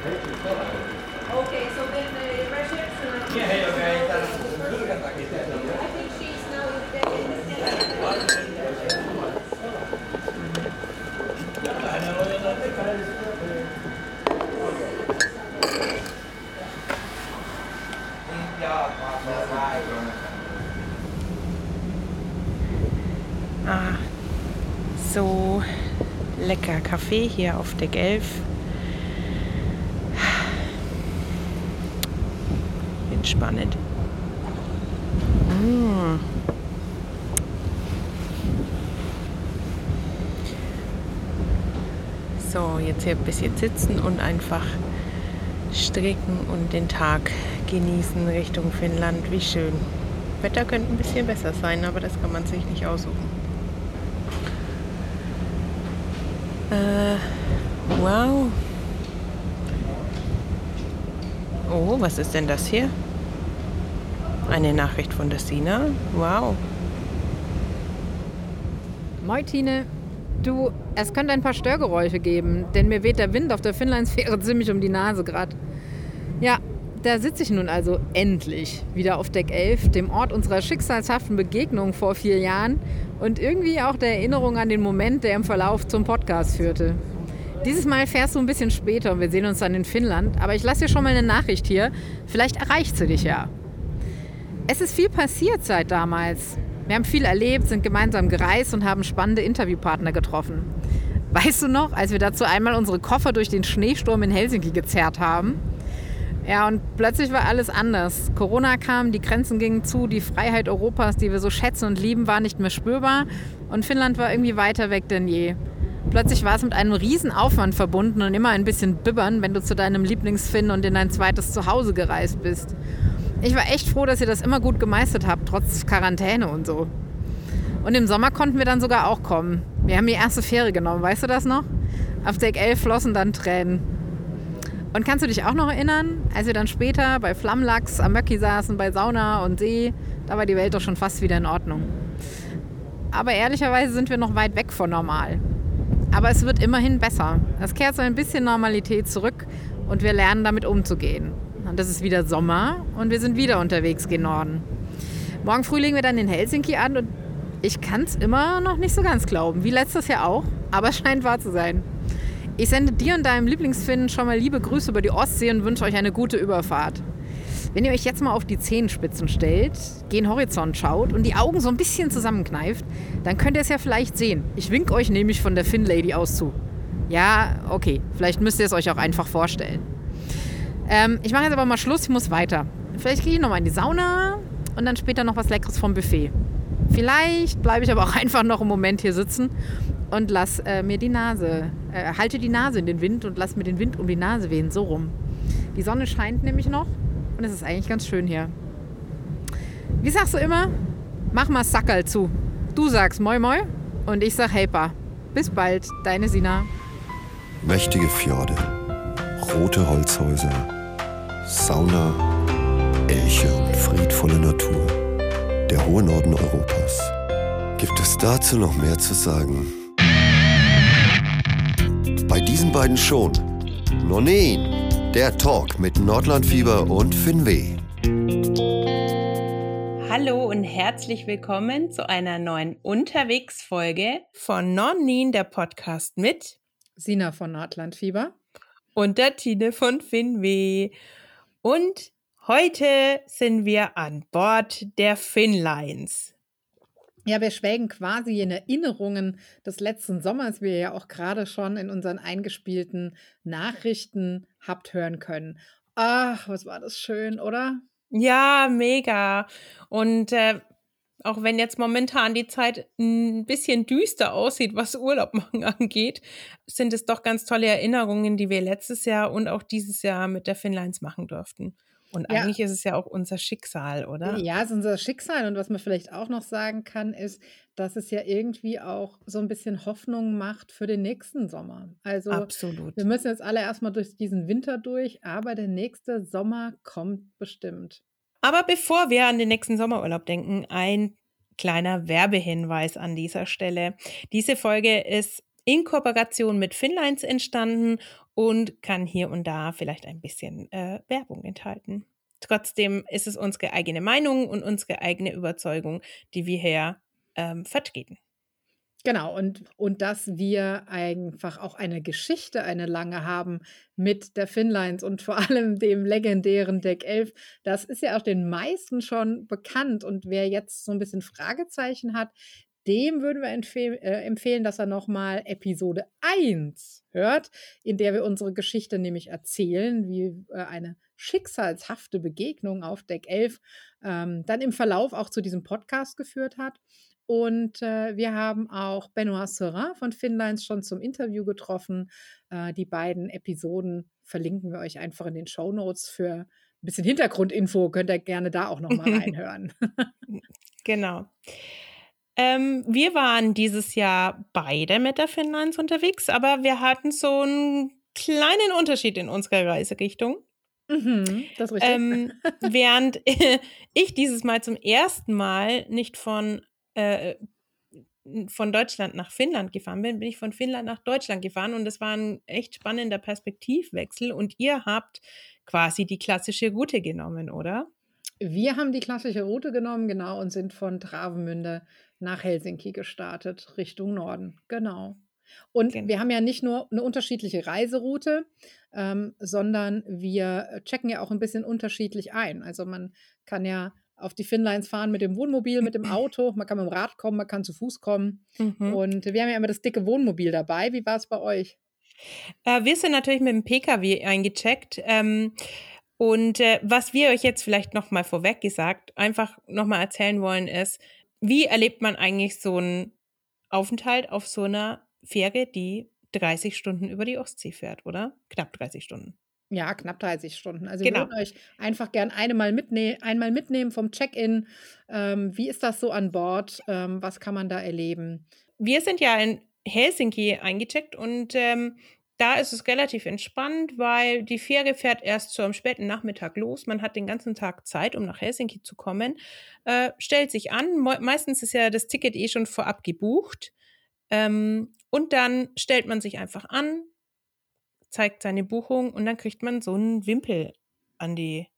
Okay, so then the reception. I think she's now in the So lecker Kaffee hier auf Deck 11. Entspannend. So, jetzt hier ein bisschen sitzen und einfach stricken und den Tag genießen Richtung Finnland. Wie schön. Wetter könnte ein bisschen besser sein, aber das kann man sich nicht aussuchen. Wow. Oh, was ist denn das hier? Eine Nachricht von der Sina. Wow. Moin Tine. Du, es könnte ein paar Störgeräusche geben, denn mir weht der Wind auf der Finnlandsfähre ziemlich um die Nase gerade. Ja, da sitze ich nun also endlich wieder auf Deck 11, dem Ort unserer schicksalshaften Begegnung vor 4 Jahren und irgendwie auch der Erinnerung an den Moment, der im Verlauf zum Podcast führte. Dieses Mal fährst du ein bisschen später und wir sehen uns dann in Finnland, aber ich lasse dir schon mal eine Nachricht hier, vielleicht erreicht sie dich ja. Es ist viel passiert seit damals. Wir haben viel erlebt, sind gemeinsam gereist und haben spannende Interviewpartner getroffen. Weißt du noch, als wir dazu einmal unsere Koffer durch den Schneesturm in Helsinki gezerrt haben? Ja, und plötzlich war alles anders. Corona kam, die Grenzen gingen zu, die Freiheit Europas, die wir so schätzen und lieben, war nicht mehr spürbar und Finnland war irgendwie weiter weg denn je. Plötzlich war es mit einem riesen Aufwand verbunden und immer ein bisschen bibbern, wenn du zu deinem Lieblingsfinn und in dein zweites Zuhause gereist bist. Ich war echt froh, dass ihr das immer gut gemeistert habt, trotz Quarantäne und so. Und im Sommer konnten wir dann sogar auch kommen. Wir haben die erste Fähre genommen, weißt du das noch? Auf Deck 11 flossen dann Tränen. Und kannst du dich auch noch erinnern, als wir dann später bei Flammlachs am Möcki saßen, bei Sauna und See, da war die Welt doch schon fast wieder in Ordnung. Aber ehrlicherweise sind wir noch weit weg von normal. Aber es wird immerhin besser. Es kehrt so ein bisschen Normalität zurück und wir lernen damit umzugehen. Und es ist wieder Sommer und wir sind wieder unterwegs gen Norden. Morgen früh legen wir dann in Helsinki an und ich kann es immer noch nicht so ganz glauben, wie letztes Jahr auch, aber es scheint wahr zu sein. Ich sende dir und deinem Lieblingsfinn schon mal liebe Grüße über die Ostsee und wünsche euch eine gute Überfahrt. Wenn ihr euch jetzt mal auf die Zehenspitzen stellt, gen Horizont schaut und die Augen so ein bisschen zusammenkneift, dann könnt ihr es ja vielleicht sehen. Ich winke euch nämlich von der Finn-Lady aus zu. Ja, okay, vielleicht müsst ihr es euch auch einfach vorstellen. Ich mache jetzt aber mal Schluss, ich muss weiter. Vielleicht gehe ich noch mal in die Sauna und dann später noch was Leckeres vom Buffet. Vielleicht bleibe ich aber auch einfach noch einen Moment hier sitzen und halte die Nase in den Wind und lass mir den Wind um die Nase wehen, so rum. Die Sonne scheint nämlich noch und es ist eigentlich ganz schön hier. Wie sagst du immer? Mach mal Sackerl zu. Du sagst Moi Moi und ich sag Helpa. Bis bald, deine Sina. Mächtige Fjorde, rote Holzhäuser, Sauna, Elche und friedvolle Natur. Der hohe Norden Europas. Gibt es dazu noch mehr zu sagen? Bei diesen beiden schon. Nonin, der Talk mit Nordlandfieber und Finnweh. Hallo und herzlich willkommen zu einer neuen Unterwegsfolge von Nonin, der Podcast mit Sina von Nordlandfieber und der Tine von Finnweh. Und heute sind wir an Bord der Finnlines. Ja, wir schwelgen quasi in Erinnerungen des letzten Sommers, wie ihr ja auch gerade schon in unseren eingespielten Nachrichten habt hören können. Ach, was war das schön, oder? Ja, mega. Und auch wenn jetzt momentan die Zeit ein bisschen düster aussieht, was Urlaub machen angeht, sind es doch ganz tolle Erinnerungen, die wir letztes Jahr und auch dieses Jahr mit der Finnlines machen durften. Und Ja. eigentlich ist es ja auch unser Schicksal, oder? Ja, es ist unser Schicksal. Und was man vielleicht auch noch sagen kann, ist, dass es ja irgendwie auch so ein bisschen Hoffnung macht für den nächsten Sommer. Also Absolut. wir müssen jetzt alle erstmal durch diesen Winter durch, aber der nächste Sommer kommt bestimmt. Aber bevor wir an den nächsten Sommerurlaub denken, ein kleiner Werbehinweis an dieser Stelle. Diese Folge ist in Kooperation mit Finnlines entstanden und kann hier und da vielleicht ein bisschen Werbung enthalten. Trotzdem ist es unsere eigene Meinung und unsere eigene Überzeugung, die wir hier vertreten. Genau, und dass wir einfach auch eine Geschichte, eine lange haben mit der Finnlines und vor allem dem legendären Deck 11, das ist ja auch den meisten schon bekannt. Und wer jetzt so ein bisschen Fragezeichen hat, dem würden wir empfehlen, dass er nochmal Episode 1 hört, in der wir unsere Geschichte nämlich erzählen, wie eine schicksalshafte Begegnung auf Deck 11 dann im Verlauf auch zu diesem Podcast geführt hat. Und wir haben auch Benoit Serin von Finnlines schon zum Interview getroffen. Die beiden Episoden verlinken wir euch einfach in den Shownotes für ein bisschen Hintergrundinfo. Könnt ihr gerne da auch nochmal reinhören. Genau. Wir waren dieses Jahr beide mit der Finnlines unterwegs, aber wir hatten so einen kleinen Unterschied in unserer Reiserichtung. Das ist richtig. Während ich dieses Mal zum ersten Mal nicht von Deutschland nach Finnland gefahren bin ich von Finnland nach Deutschland gefahren und das war ein echt spannender Perspektivwechsel und ihr habt quasi die klassische Route genommen, oder? Wir haben die klassische Route genommen, genau, und sind von Travemünde nach Helsinki gestartet, Richtung Norden, genau. Und wir haben ja nicht nur eine unterschiedliche Reiseroute, sondern wir checken ja auch ein bisschen unterschiedlich ein. Also man kann ja auf die Finnlines fahren mit dem Wohnmobil, mit dem Auto, man kann mit dem Rad kommen, man kann zu Fuß kommen. Und wir haben ja immer das dicke Wohnmobil dabei. Wie war es bei euch? Wir sind natürlich mit dem PKW eingecheckt. Und was wir euch jetzt vielleicht nochmal vorweg gesagt, einfach nochmal erzählen wollen, ist, wie erlebt man eigentlich so einen Aufenthalt auf so einer Fähre, die 30 Stunden über die Ostsee fährt, oder? Knapp 30 Stunden. Ja, knapp 30 Stunden. Also Genau. wir würden euch einfach gern einmal mitnehmen vom Check-in. Wie ist das so an Bord? Was kann man da erleben? Wir sind ja in Helsinki eingecheckt und da ist es relativ entspannt, weil die Fähre fährt erst so am späten Nachmittag los. Man hat den ganzen Tag Zeit, um nach Helsinki zu kommen. Stellt sich an. Meistens ist ja das Ticket eh schon vorab gebucht. Und dann stellt man sich einfach an, zeigt seine Buchung und dann kriegt man so einen Wimpel an den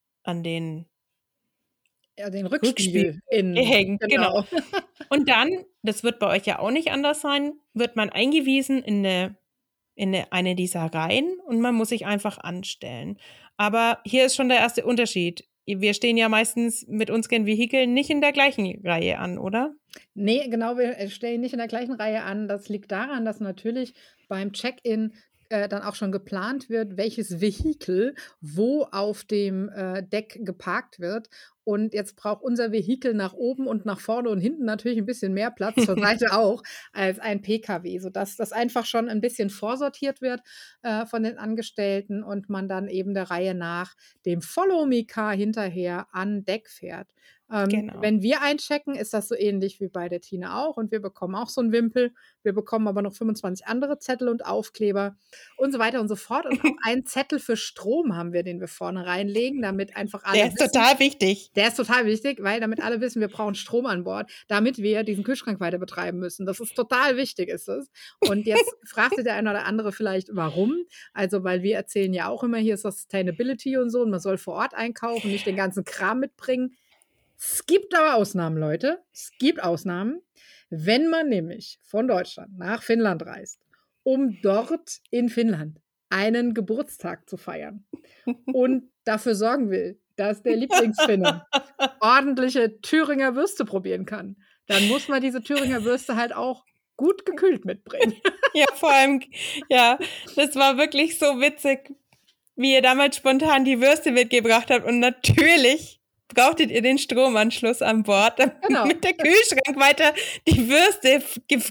Rückspiegel gehängt. Genau. Und dann, das wird bei euch ja auch nicht anders sein, wird man eingewiesen in eine dieser Reihen und man muss sich einfach anstellen. Aber hier ist schon der erste Unterschied. Wir stehen ja meistens mit unseren Vehikeln nicht in der gleichen Reihe an, oder? Nee, genau, wir stellen nicht in der gleichen Reihe an. Das liegt daran, dass natürlich beim Check-in dann auch schon geplant wird, welches Vehikel wo auf dem Deck geparkt wird. Und jetzt braucht unser Vehikel nach oben und nach vorne und hinten natürlich ein bisschen mehr Platz, zur Seite auch, als ein PKW, sodass das einfach schon ein bisschen vorsortiert wird von den Angestellten und man dann eben der Reihe nach dem Follow-Me-Car hinterher an Deck fährt. Genau. Wenn wir einchecken, ist das so ähnlich wie bei der Tina auch und wir bekommen auch so einen Wimpel. Wir bekommen aber noch 25 andere Zettel und Aufkleber und so weiter und so fort. Und auch einen Zettel für Strom haben wir, den wir vorne reinlegen, damit einfach alle Der ist total wichtig. Der ist total wichtig, weil damit alle wissen, wir brauchen Strom an Bord, damit wir diesen Kühlschrank weiter betreiben müssen. Das ist total wichtig, ist es. Und jetzt fragt sich der eine oder andere vielleicht, warum? Also, weil wir erzählen ja auch immer, hier ist Sustainability und so und man soll vor Ort einkaufen, nicht den ganzen Kram mitbringen. Es gibt aber Ausnahmen, Leute. Es gibt Ausnahmen. Wenn man nämlich von Deutschland nach Finnland reist, um dort in Finnland einen Geburtstag zu feiern und dafür sorgen will, dass der Lieblingsfinne ordentliche Thüringer Würste probieren kann, dann muss man diese Thüringer Würste halt auch gut gekühlt mitbringen. Ja, vor allem, ja, das war wirklich so witzig, wie ihr damals spontan die Würste mitgebracht habt und natürlich brauchtet ihr den Stromanschluss an Bord, damit der Kühlschrank weiter die Würste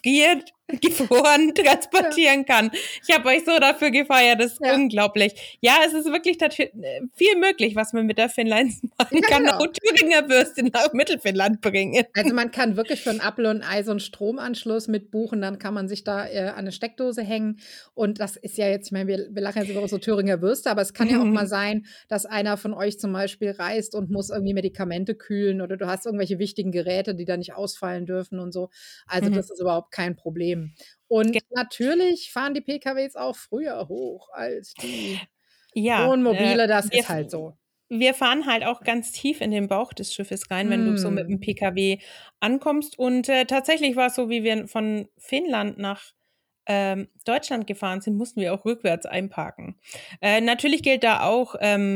gefroren transportieren kann. Ich habe euch so dafür gefeiert, das ist unglaublich. Ja, es ist wirklich viel möglich, was man mit der Finnlines machen kann. Auch Thüringer Würste nach Mittelfinnland bringen. Also man kann wirklich für ein Apfel und Ei so einen Stromanschluss mitbuchen, dann kann man sich da an eine Steckdose hängen und das ist ja jetzt, ich meine, wir lachen jetzt über so Thüringer Würste, aber es kann ja auch mal sein, dass einer von euch zum Beispiel reist und muss irgendwie Medikamente kühlen oder du hast irgendwelche wichtigen Geräte, die da nicht ausfallen dürfen und so. Also das ist überhaupt kein Problem. Problem. Und natürlich fahren die PKWs auch früher hoch als die Ja, Wohnmobile, das wir ist halt so. Wir fahren halt auch ganz tief in den Bauch des Schiffes rein, wenn du so mit dem PKW ankommst. Und tatsächlich war es so, wie wir von Finnland nach Deutschland gefahren sind, mussten wir auch rückwärts einparken. Natürlich gilt da auch,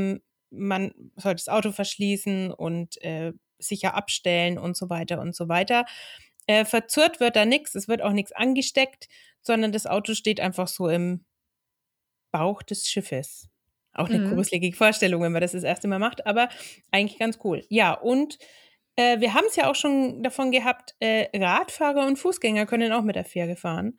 man sollte das Auto verschließen und sicher abstellen und so weiter und so weiter. Verzurrt wird da nichts, es wird auch nichts angesteckt, sondern das Auto steht einfach so im Bauch des Schiffes. Auch eine gruselige Vorstellung, wenn man das erste Mal macht, aber eigentlich ganz cool. Ja, und wir haben es ja auch schon davon gehabt, Radfahrer und Fußgänger können auch mit der Fähre fahren.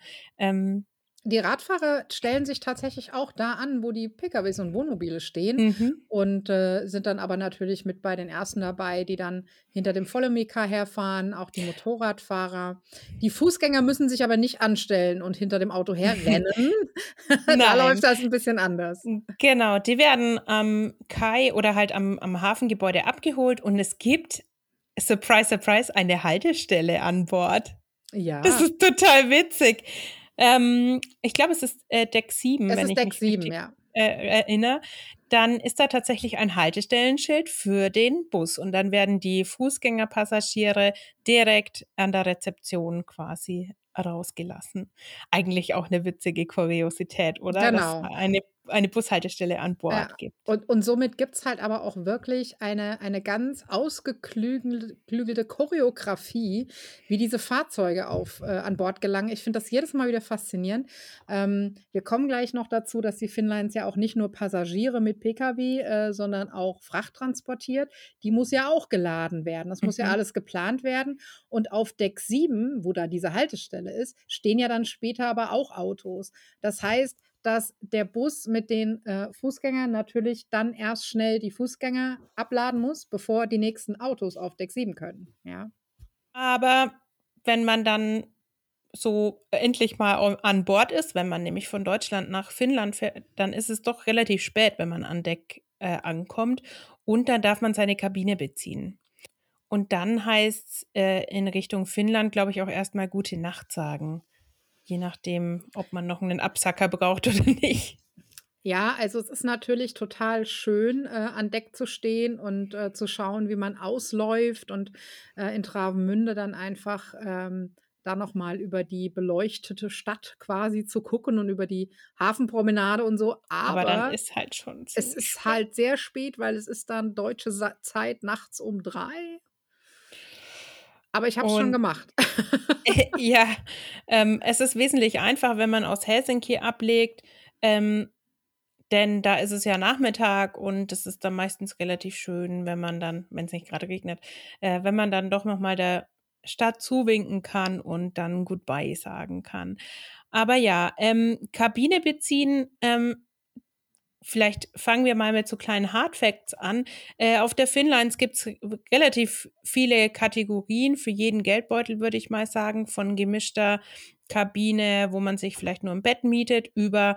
Die Radfahrer stellen sich tatsächlich auch da an, wo die PKWs und Wohnmobile stehen und sind dann aber natürlich mit bei den Ersten dabei, die dann hinter dem Vollmika herfahren, auch die Motorradfahrer. Die Fußgänger müssen sich aber nicht anstellen und hinter dem Auto herrennen. Da Nein. läuft das ein bisschen anders. Genau, die werden am Kai oder halt am Hafengebäude abgeholt und es gibt, surprise, surprise, eine Haltestelle an Bord. Ja, Das ist total witzig. Ich glaube, es ist Deck 7, es wenn ist ich Deck mich 7, richtig ja. erinnere. Dann ist da tatsächlich ein Haltestellenschild für den Bus und dann werden die Fußgängerpassagiere direkt an der Rezeption quasi rausgelassen. Eigentlich auch eine witzige Kuriosität, oder? Genau. Dass eine Bushaltestelle an Bord Ja. gibt. Und somit gibt es halt aber auch wirklich eine ganz ausgeklügelte Choreografie, wie diese Fahrzeuge an Bord gelangen. Ich finde das jedes Mal wieder faszinierend. Wir kommen gleich noch dazu, dass die Finnlines ja auch nicht nur Passagiere mit Pkw, sondern auch Fracht transportiert. Die muss ja auch geladen werden. Das muss ja alles geplant werden. Und auf Deck 7, wo da diese Haltestelle ist, stehen ja dann später aber auch Autos. Das heißt, dass der Bus mit den Fußgängern natürlich dann erst schnell die Fußgänger abladen muss, bevor die nächsten Autos auf Deck 7 können. Ja. Aber wenn man dann so endlich mal an Bord ist, wenn man nämlich von Deutschland nach Finnland fährt, dann ist es doch relativ spät, wenn man an Deck ankommt und dann darf man seine Kabine beziehen. Und dann heißt es in Richtung Finnland, glaube ich, auch erstmal gute Nacht sagen. Je nachdem, ob man noch einen Absacker braucht oder nicht. Ja, also es ist natürlich total schön, an Deck zu stehen und zu schauen, wie man ausläuft und in Travemünde dann einfach da nochmal über die beleuchtete Stadt quasi zu gucken und über die Hafenpromenade und so. Aber dann Aber ist halt schon es zu ist spät. halt sehr spät, weil es ist dann deutsche Zeit nachts um 3. Aber ich habe es schon Und gemacht. ja, es ist wesentlich einfacher, wenn man aus Helsinki ablegt, denn da ist es ja Nachmittag und es ist dann meistens relativ schön, wenn man dann, wenn es nicht gerade regnet, wenn man dann doch nochmal der Stadt zuwinken kann und dann Goodbye sagen kann. Aber ja, Kabine beziehen, vielleicht fangen wir mal mit so kleinen Hardfacts an. Auf der Finnlines gibt es relativ viele Kategorien für jeden Geldbeutel, würde ich mal sagen, von gemischter Kabine, wo man sich vielleicht nur ein Bett mietet, über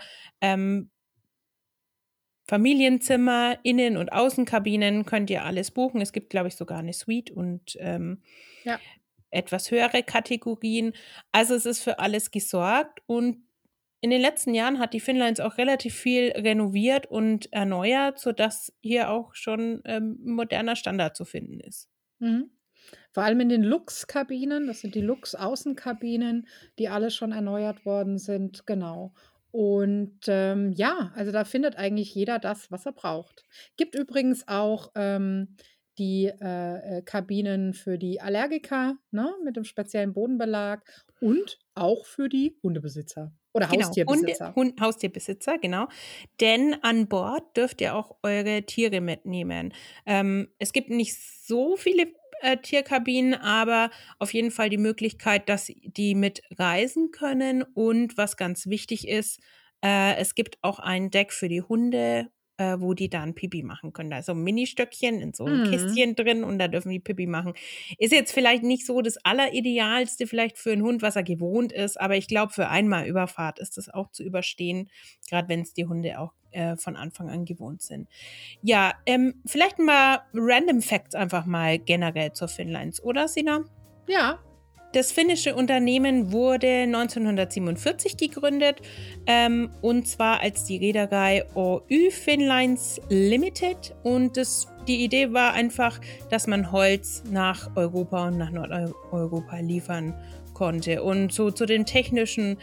Familienzimmer, Innen- und Außenkabinen könnt ihr alles buchen. Es gibt, glaube ich, sogar eine Suite und Ja. etwas höhere Kategorien. Also es ist für alles gesorgt und in den letzten Jahren hat die Finnlines auch relativ viel renoviert und erneuert, sodass hier auch schon moderner Standard zu finden ist. Mhm. Vor allem in den Lux-Kabinen, das sind die Lux-Außenkabinen, die alle schon erneuert worden sind, genau. Und ja, also da findet eigentlich jeder das, was er braucht. Gibt übrigens auch die Kabinen für die Allergiker, ne, mit dem speziellen Bodenbelag und auch für die Hundebesitzer oder Genau, Haustierbesitzer. Haustierbesitzer, genau. Denn an Bord dürft ihr auch eure Tiere mitnehmen. Es gibt nicht so viele Tierkabinen, aber auf jeden Fall die Möglichkeit, dass die mit reisen können. Und was ganz wichtig ist, es gibt auch ein Deck für die Hunde, wo die dann Pipi machen können. Da ist so ein Ministöckchen in so einem Kästchen drin und da dürfen die Pipi machen. Ist jetzt vielleicht nicht so das Alleridealste vielleicht für einen Hund, was er gewohnt ist, aber ich glaube, für einmal Überfahrt ist das auch zu überstehen, gerade wenn es die Hunde auch von Anfang an gewohnt sind. Ja, vielleicht mal Random Facts einfach mal generell zur Finnlines, oder Sina? Ja, Das finnische Unternehmen wurde 1947 gegründet, und zwar als die Reederei Oy Finnlines Limited. Und die Idee war einfach, dass man Holz nach Europa und nach Nordeuropa liefern konnte. Und so zu den technischen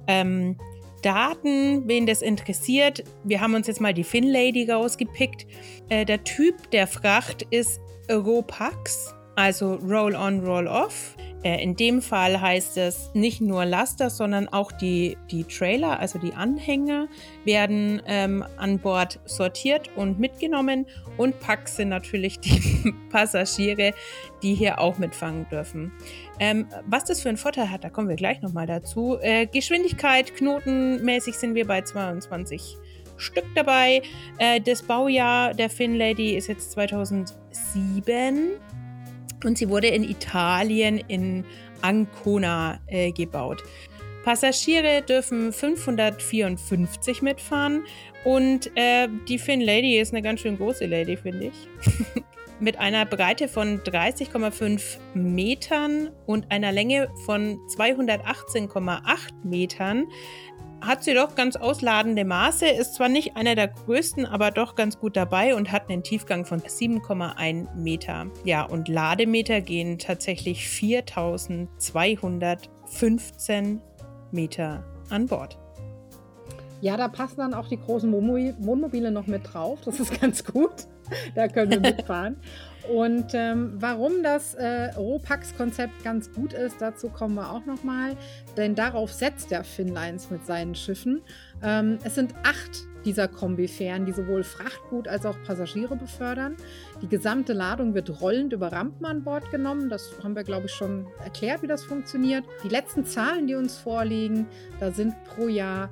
Daten, wen das interessiert, wir haben uns jetzt mal die Finnlady rausgepickt. Der Typ der Fracht ist Ropax, also Roll-on, Roll-off. In dem Fall heißt es nicht nur Laster, sondern auch die Trailer, also die Anhänger, werden an Bord sortiert und mitgenommen. Und Pax sind natürlich die Passagiere, die hier auch mitfangen dürfen. Was das für einen Vorteil hat, da kommen wir gleich nochmal dazu. Geschwindigkeit, knotenmäßig sind wir bei 22 Stück dabei. Das Baujahr der Finnlady ist jetzt 2007. Und sie wurde in Italien in Ancona gebaut. Passagiere dürfen 554 mitfahren und die Finnlady ist eine ganz schön große Lady, finde ich. Mit einer Breite von 30,5 Metern und einer Länge von 218,8 Metern. Hat sie doch ganz ausladende Maße, ist zwar nicht einer der größten, aber doch ganz gut dabei und hat einen Tiefgang von 7,1 Meter. Ja, und Lademeter gehen tatsächlich 4215 Meter an Bord. Ja, da passen dann auch die großen Wohnmobile noch mit drauf. Das ist ganz gut. Da können wir mitfahren. Und warum das Ropax-Konzept ganz gut ist, dazu kommen wir auch nochmal. Denn darauf setzt der Finnlines mit seinen Schiffen. Es sind 8 dieser Kombifähren, die sowohl Frachtgut als auch Passagiere befördern. Die gesamte Ladung wird rollend über Rampen an Bord genommen. Das haben wir, glaube ich, schon erklärt, wie das funktioniert. Die letzten Zahlen, die uns vorliegen, da sind pro Jahr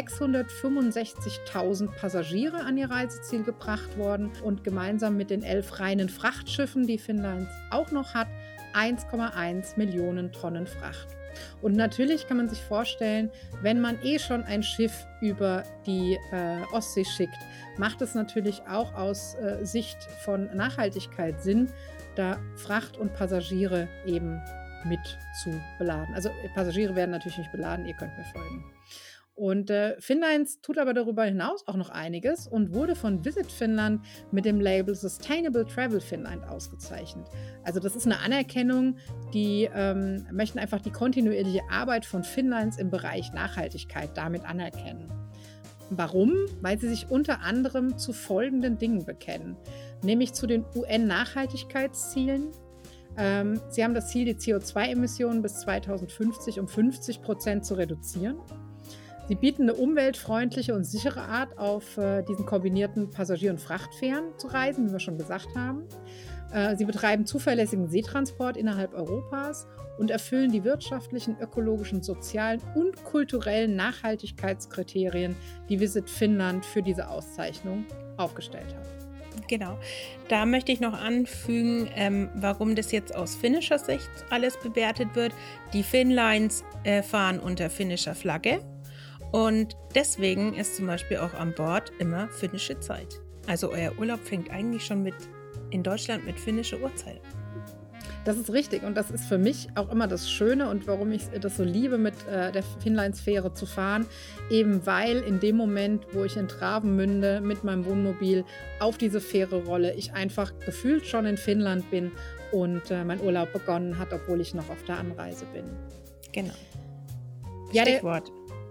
665.000 Passagiere an ihr Reiseziel gebracht worden und gemeinsam mit den 11 reinen Frachtschiffen, die Finnlines auch noch hat, 1,1 Millionen Tonnen Fracht. Und natürlich kann man sich vorstellen, wenn man schon ein Schiff über die Ostsee schickt, macht es natürlich auch aus Sicht von Nachhaltigkeit Sinn, da Fracht und Passagiere eben mit zu beladen. Also Passagiere werden natürlich nicht beladen, ihr könnt mir folgen. Und Finnlines tut aber darüber hinaus auch noch einiges und wurde von Visit Finland mit dem Label Sustainable Travel Finland ausgezeichnet. Also das ist eine Anerkennung, die möchten einfach die kontinuierliche Arbeit von Finnlines im Bereich Nachhaltigkeit damit anerkennen. Warum? Weil sie sich unter anderem zu folgenden Dingen bekennen, nämlich zu den UN-Nachhaltigkeitszielen. Sie haben das Ziel, die CO2-Emissionen bis 2050 um 50% zu reduzieren. Sie bieten eine umweltfreundliche und sichere Art, auf diesen kombinierten Passagier- und Frachtfähren zu reisen, wie wir schon gesagt haben. Sie betreiben zuverlässigen Seetransport innerhalb Europas und erfüllen die wirtschaftlichen, ökologischen, sozialen und kulturellen Nachhaltigkeitskriterien, die Visit Finnland für diese Auszeichnung aufgestellt hat. Genau. Da möchte ich noch anfügen, warum das jetzt aus finnischer Sicht alles bewertet wird. Die Finnlines fahren unter finnischer Flagge. Und deswegen ist zum Beispiel auch an Bord immer finnische Zeit. Also euer Urlaub fängt eigentlich schon in Deutschland mit finnischer Uhrzeit. Das ist richtig und das ist für mich auch immer das Schöne und warum ich das so liebe, mit der Finnlines-Fähre zu fahren. Eben weil in dem Moment, wo ich in Travemünde mit meinem Wohnmobil auf diese Fähre rolle, ich einfach gefühlt schon in Finnland bin und mein Urlaub begonnen hat, obwohl ich noch auf der Anreise bin. Genau. Ja, Stichwort.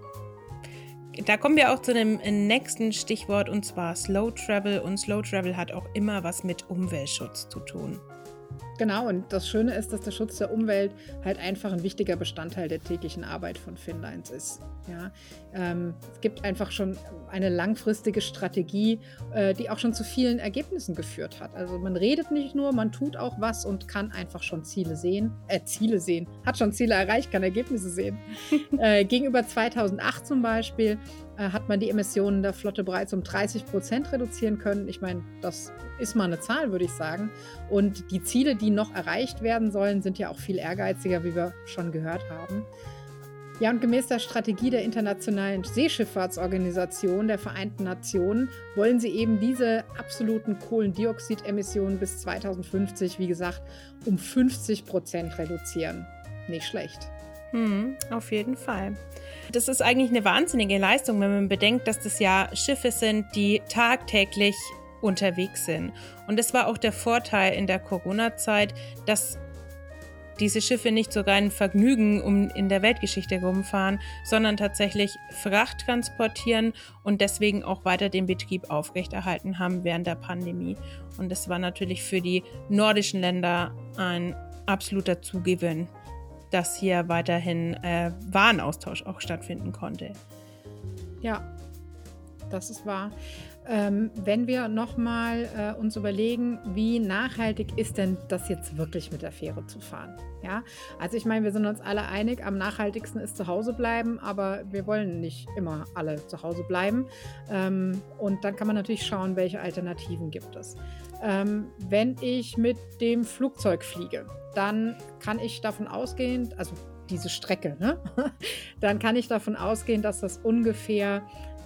Da kommen wir auch zu dem nächsten Stichwort und zwar Slow Travel. Und Slow Travel hat auch immer was mit Umweltschutz zu tun. Genau, und das Schöne ist, dass der Schutz der Umwelt halt einfach ein wichtiger Bestandteil der täglichen Arbeit von Finnlines ist. Ja, es gibt einfach schon eine langfristige Strategie, die auch schon zu vielen Ergebnissen geführt hat. Also man redet nicht nur, man tut auch was und kann einfach schon Ziele sehen, hat schon Ziele erreicht, kann Ergebnisse sehen. Gegenüber 2008 zum Beispiel hat man die Emissionen der Flotte bereits um 30% reduzieren können. Ich meine, das ist mal eine Zahl, würde ich sagen. Und die Ziele, die noch erreicht werden sollen, sind ja auch viel ehrgeiziger, wie wir schon gehört haben. Ja, und gemäß der Strategie der Internationalen Seeschifffahrtsorganisation der Vereinten Nationen wollen sie eben diese absoluten Kohlendioxidemissionen bis 2050, wie gesagt, um 50% reduzieren. nicht schlecht. Auf jeden Fall. Das ist eigentlich eine wahnsinnige Leistung, wenn man bedenkt, dass das ja Schiffe sind, die tagtäglich unterwegs sind. Und das war auch der Vorteil in der Corona-Zeit, dass diese Schiffe nicht sogar ein Vergnügen in der Weltgeschichte rumfahren, sondern tatsächlich Fracht transportieren und deswegen auch weiter den Betrieb aufrechterhalten haben während der Pandemie. Und das war natürlich für die nordischen Länder ein absoluter Zugewinn, dass hier weiterhin Warenaustausch auch stattfinden konnte. Ja, das ist wahr. Wenn wir nochmal uns überlegen, wie nachhaltig ist denn das jetzt wirklich mit der Fähre zu fahren? Ja, also ich meine, wir sind uns alle einig, am nachhaltigsten ist zu Hause bleiben, aber wir wollen nicht immer alle zu Hause bleiben. Und dann kann man natürlich schauen, welche Alternativen gibt es. Wenn ich mit dem Flugzeug fliege, dann kann ich davon ausgehen, also diese Strecke, ne? Dann kann ich davon ausgehen, dass das ungefähr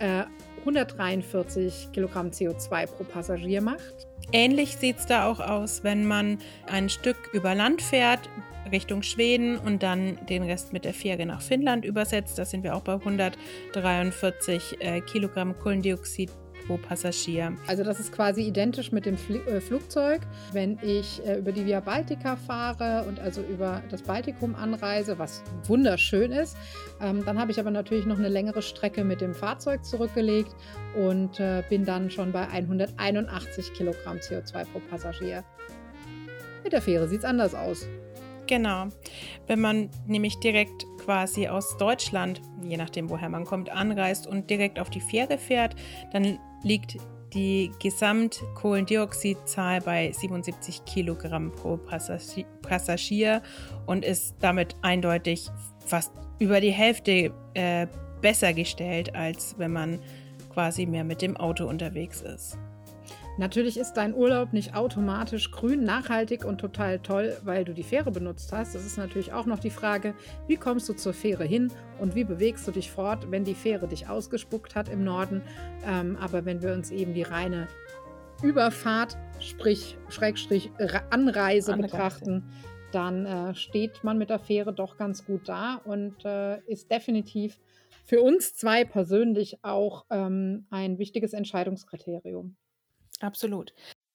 143 Kilogramm CO2 pro Passagier macht. Ähnlich sieht es da auch aus, wenn man ein Stück über Land fährt, Richtung Schweden und dann den Rest mit der Fähre nach Finnland übersetzt. Da sind wir auch bei 143 Kilogramm Kohlendioxid pro Passagier. Also das ist quasi identisch mit dem Flugzeug. Wenn ich über die Via Baltica fahre und also über das Baltikum anreise, was wunderschön ist, dann habe ich aber natürlich noch eine längere Strecke mit dem Fahrzeug zurückgelegt und bin dann schon bei 181 Kilogramm CO2 pro Passagier. Mit der Fähre sieht es anders aus. Genau. Wenn man nämlich direkt quasi aus Deutschland, je nachdem woher man kommt, anreist und direkt auf die Fähre fährt, dann liegt die Gesamtkohlendioxidzahl bei 77 Kilogramm pro Passagier und ist damit eindeutig fast über die Hälfte besser gestellt, als wenn man quasi mehr mit dem Auto unterwegs ist. Natürlich ist dein Urlaub nicht automatisch grün, nachhaltig und total toll, weil du die Fähre benutzt hast. Das ist natürlich auch noch die Frage, wie kommst du zur Fähre hin und wie bewegst du dich fort, wenn die Fähre dich ausgespuckt hat im Norden. Aber wenn wir uns eben die reine Überfahrt, sprich Schrägstrich Anreise betrachten, dann steht man mit der Fähre doch ganz gut da und ist definitiv für uns zwei persönlich auch ein wichtiges Entscheidungskriterium. Absolut.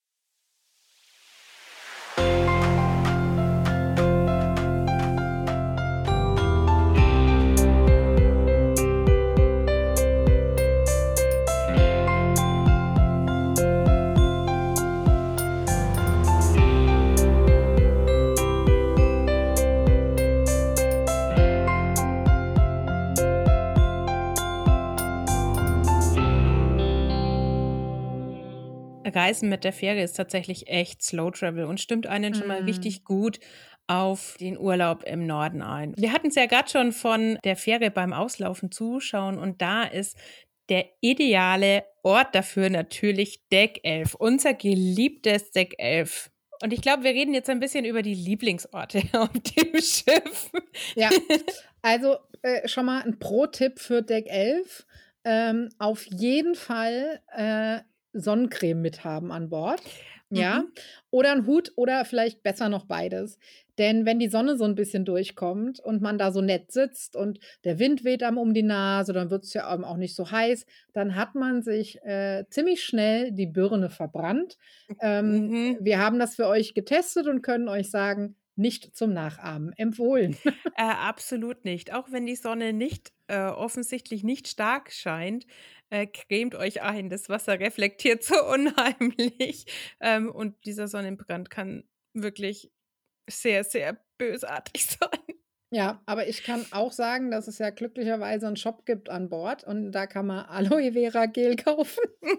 Reisen mit der Fähre ist tatsächlich echt Slow Travel und stimmt einen schon mal richtig gut auf den Urlaub im Norden ein. Wir hatten es ja gerade schon von der Fähre beim Auslaufen zuschauen und da ist der ideale Ort dafür natürlich Deck 11, unser geliebtes Deck 11. Und ich glaube, wir reden jetzt ein bisschen über die Lieblingsorte auf dem Schiff. Ja, also schon mal ein Pro-Tipp für Deck 11. Auf jeden Fall Sonnencreme mithaben an Bord. Ja, oder ein Hut oder vielleicht besser noch beides. Denn wenn die Sonne so ein bisschen durchkommt und man da so nett sitzt und der Wind weht einem um die Nase, dann wird es ja auch nicht so heiß, dann hat man sich ziemlich schnell die Birne verbrannt. Wir haben das für euch getestet und können euch sagen, nicht zum Nachahmen empfohlen. Absolut nicht. Auch wenn die Sonne nicht offensichtlich nicht stark scheint, cremt euch ein. Das Wasser reflektiert so unheimlich. Und dieser Sonnenbrand kann wirklich sehr, sehr bösartig sein. Ja, aber ich kann auch sagen, dass es ja glücklicherweise einen Shop gibt an Bord und da kann man Aloe Vera Gel kaufen.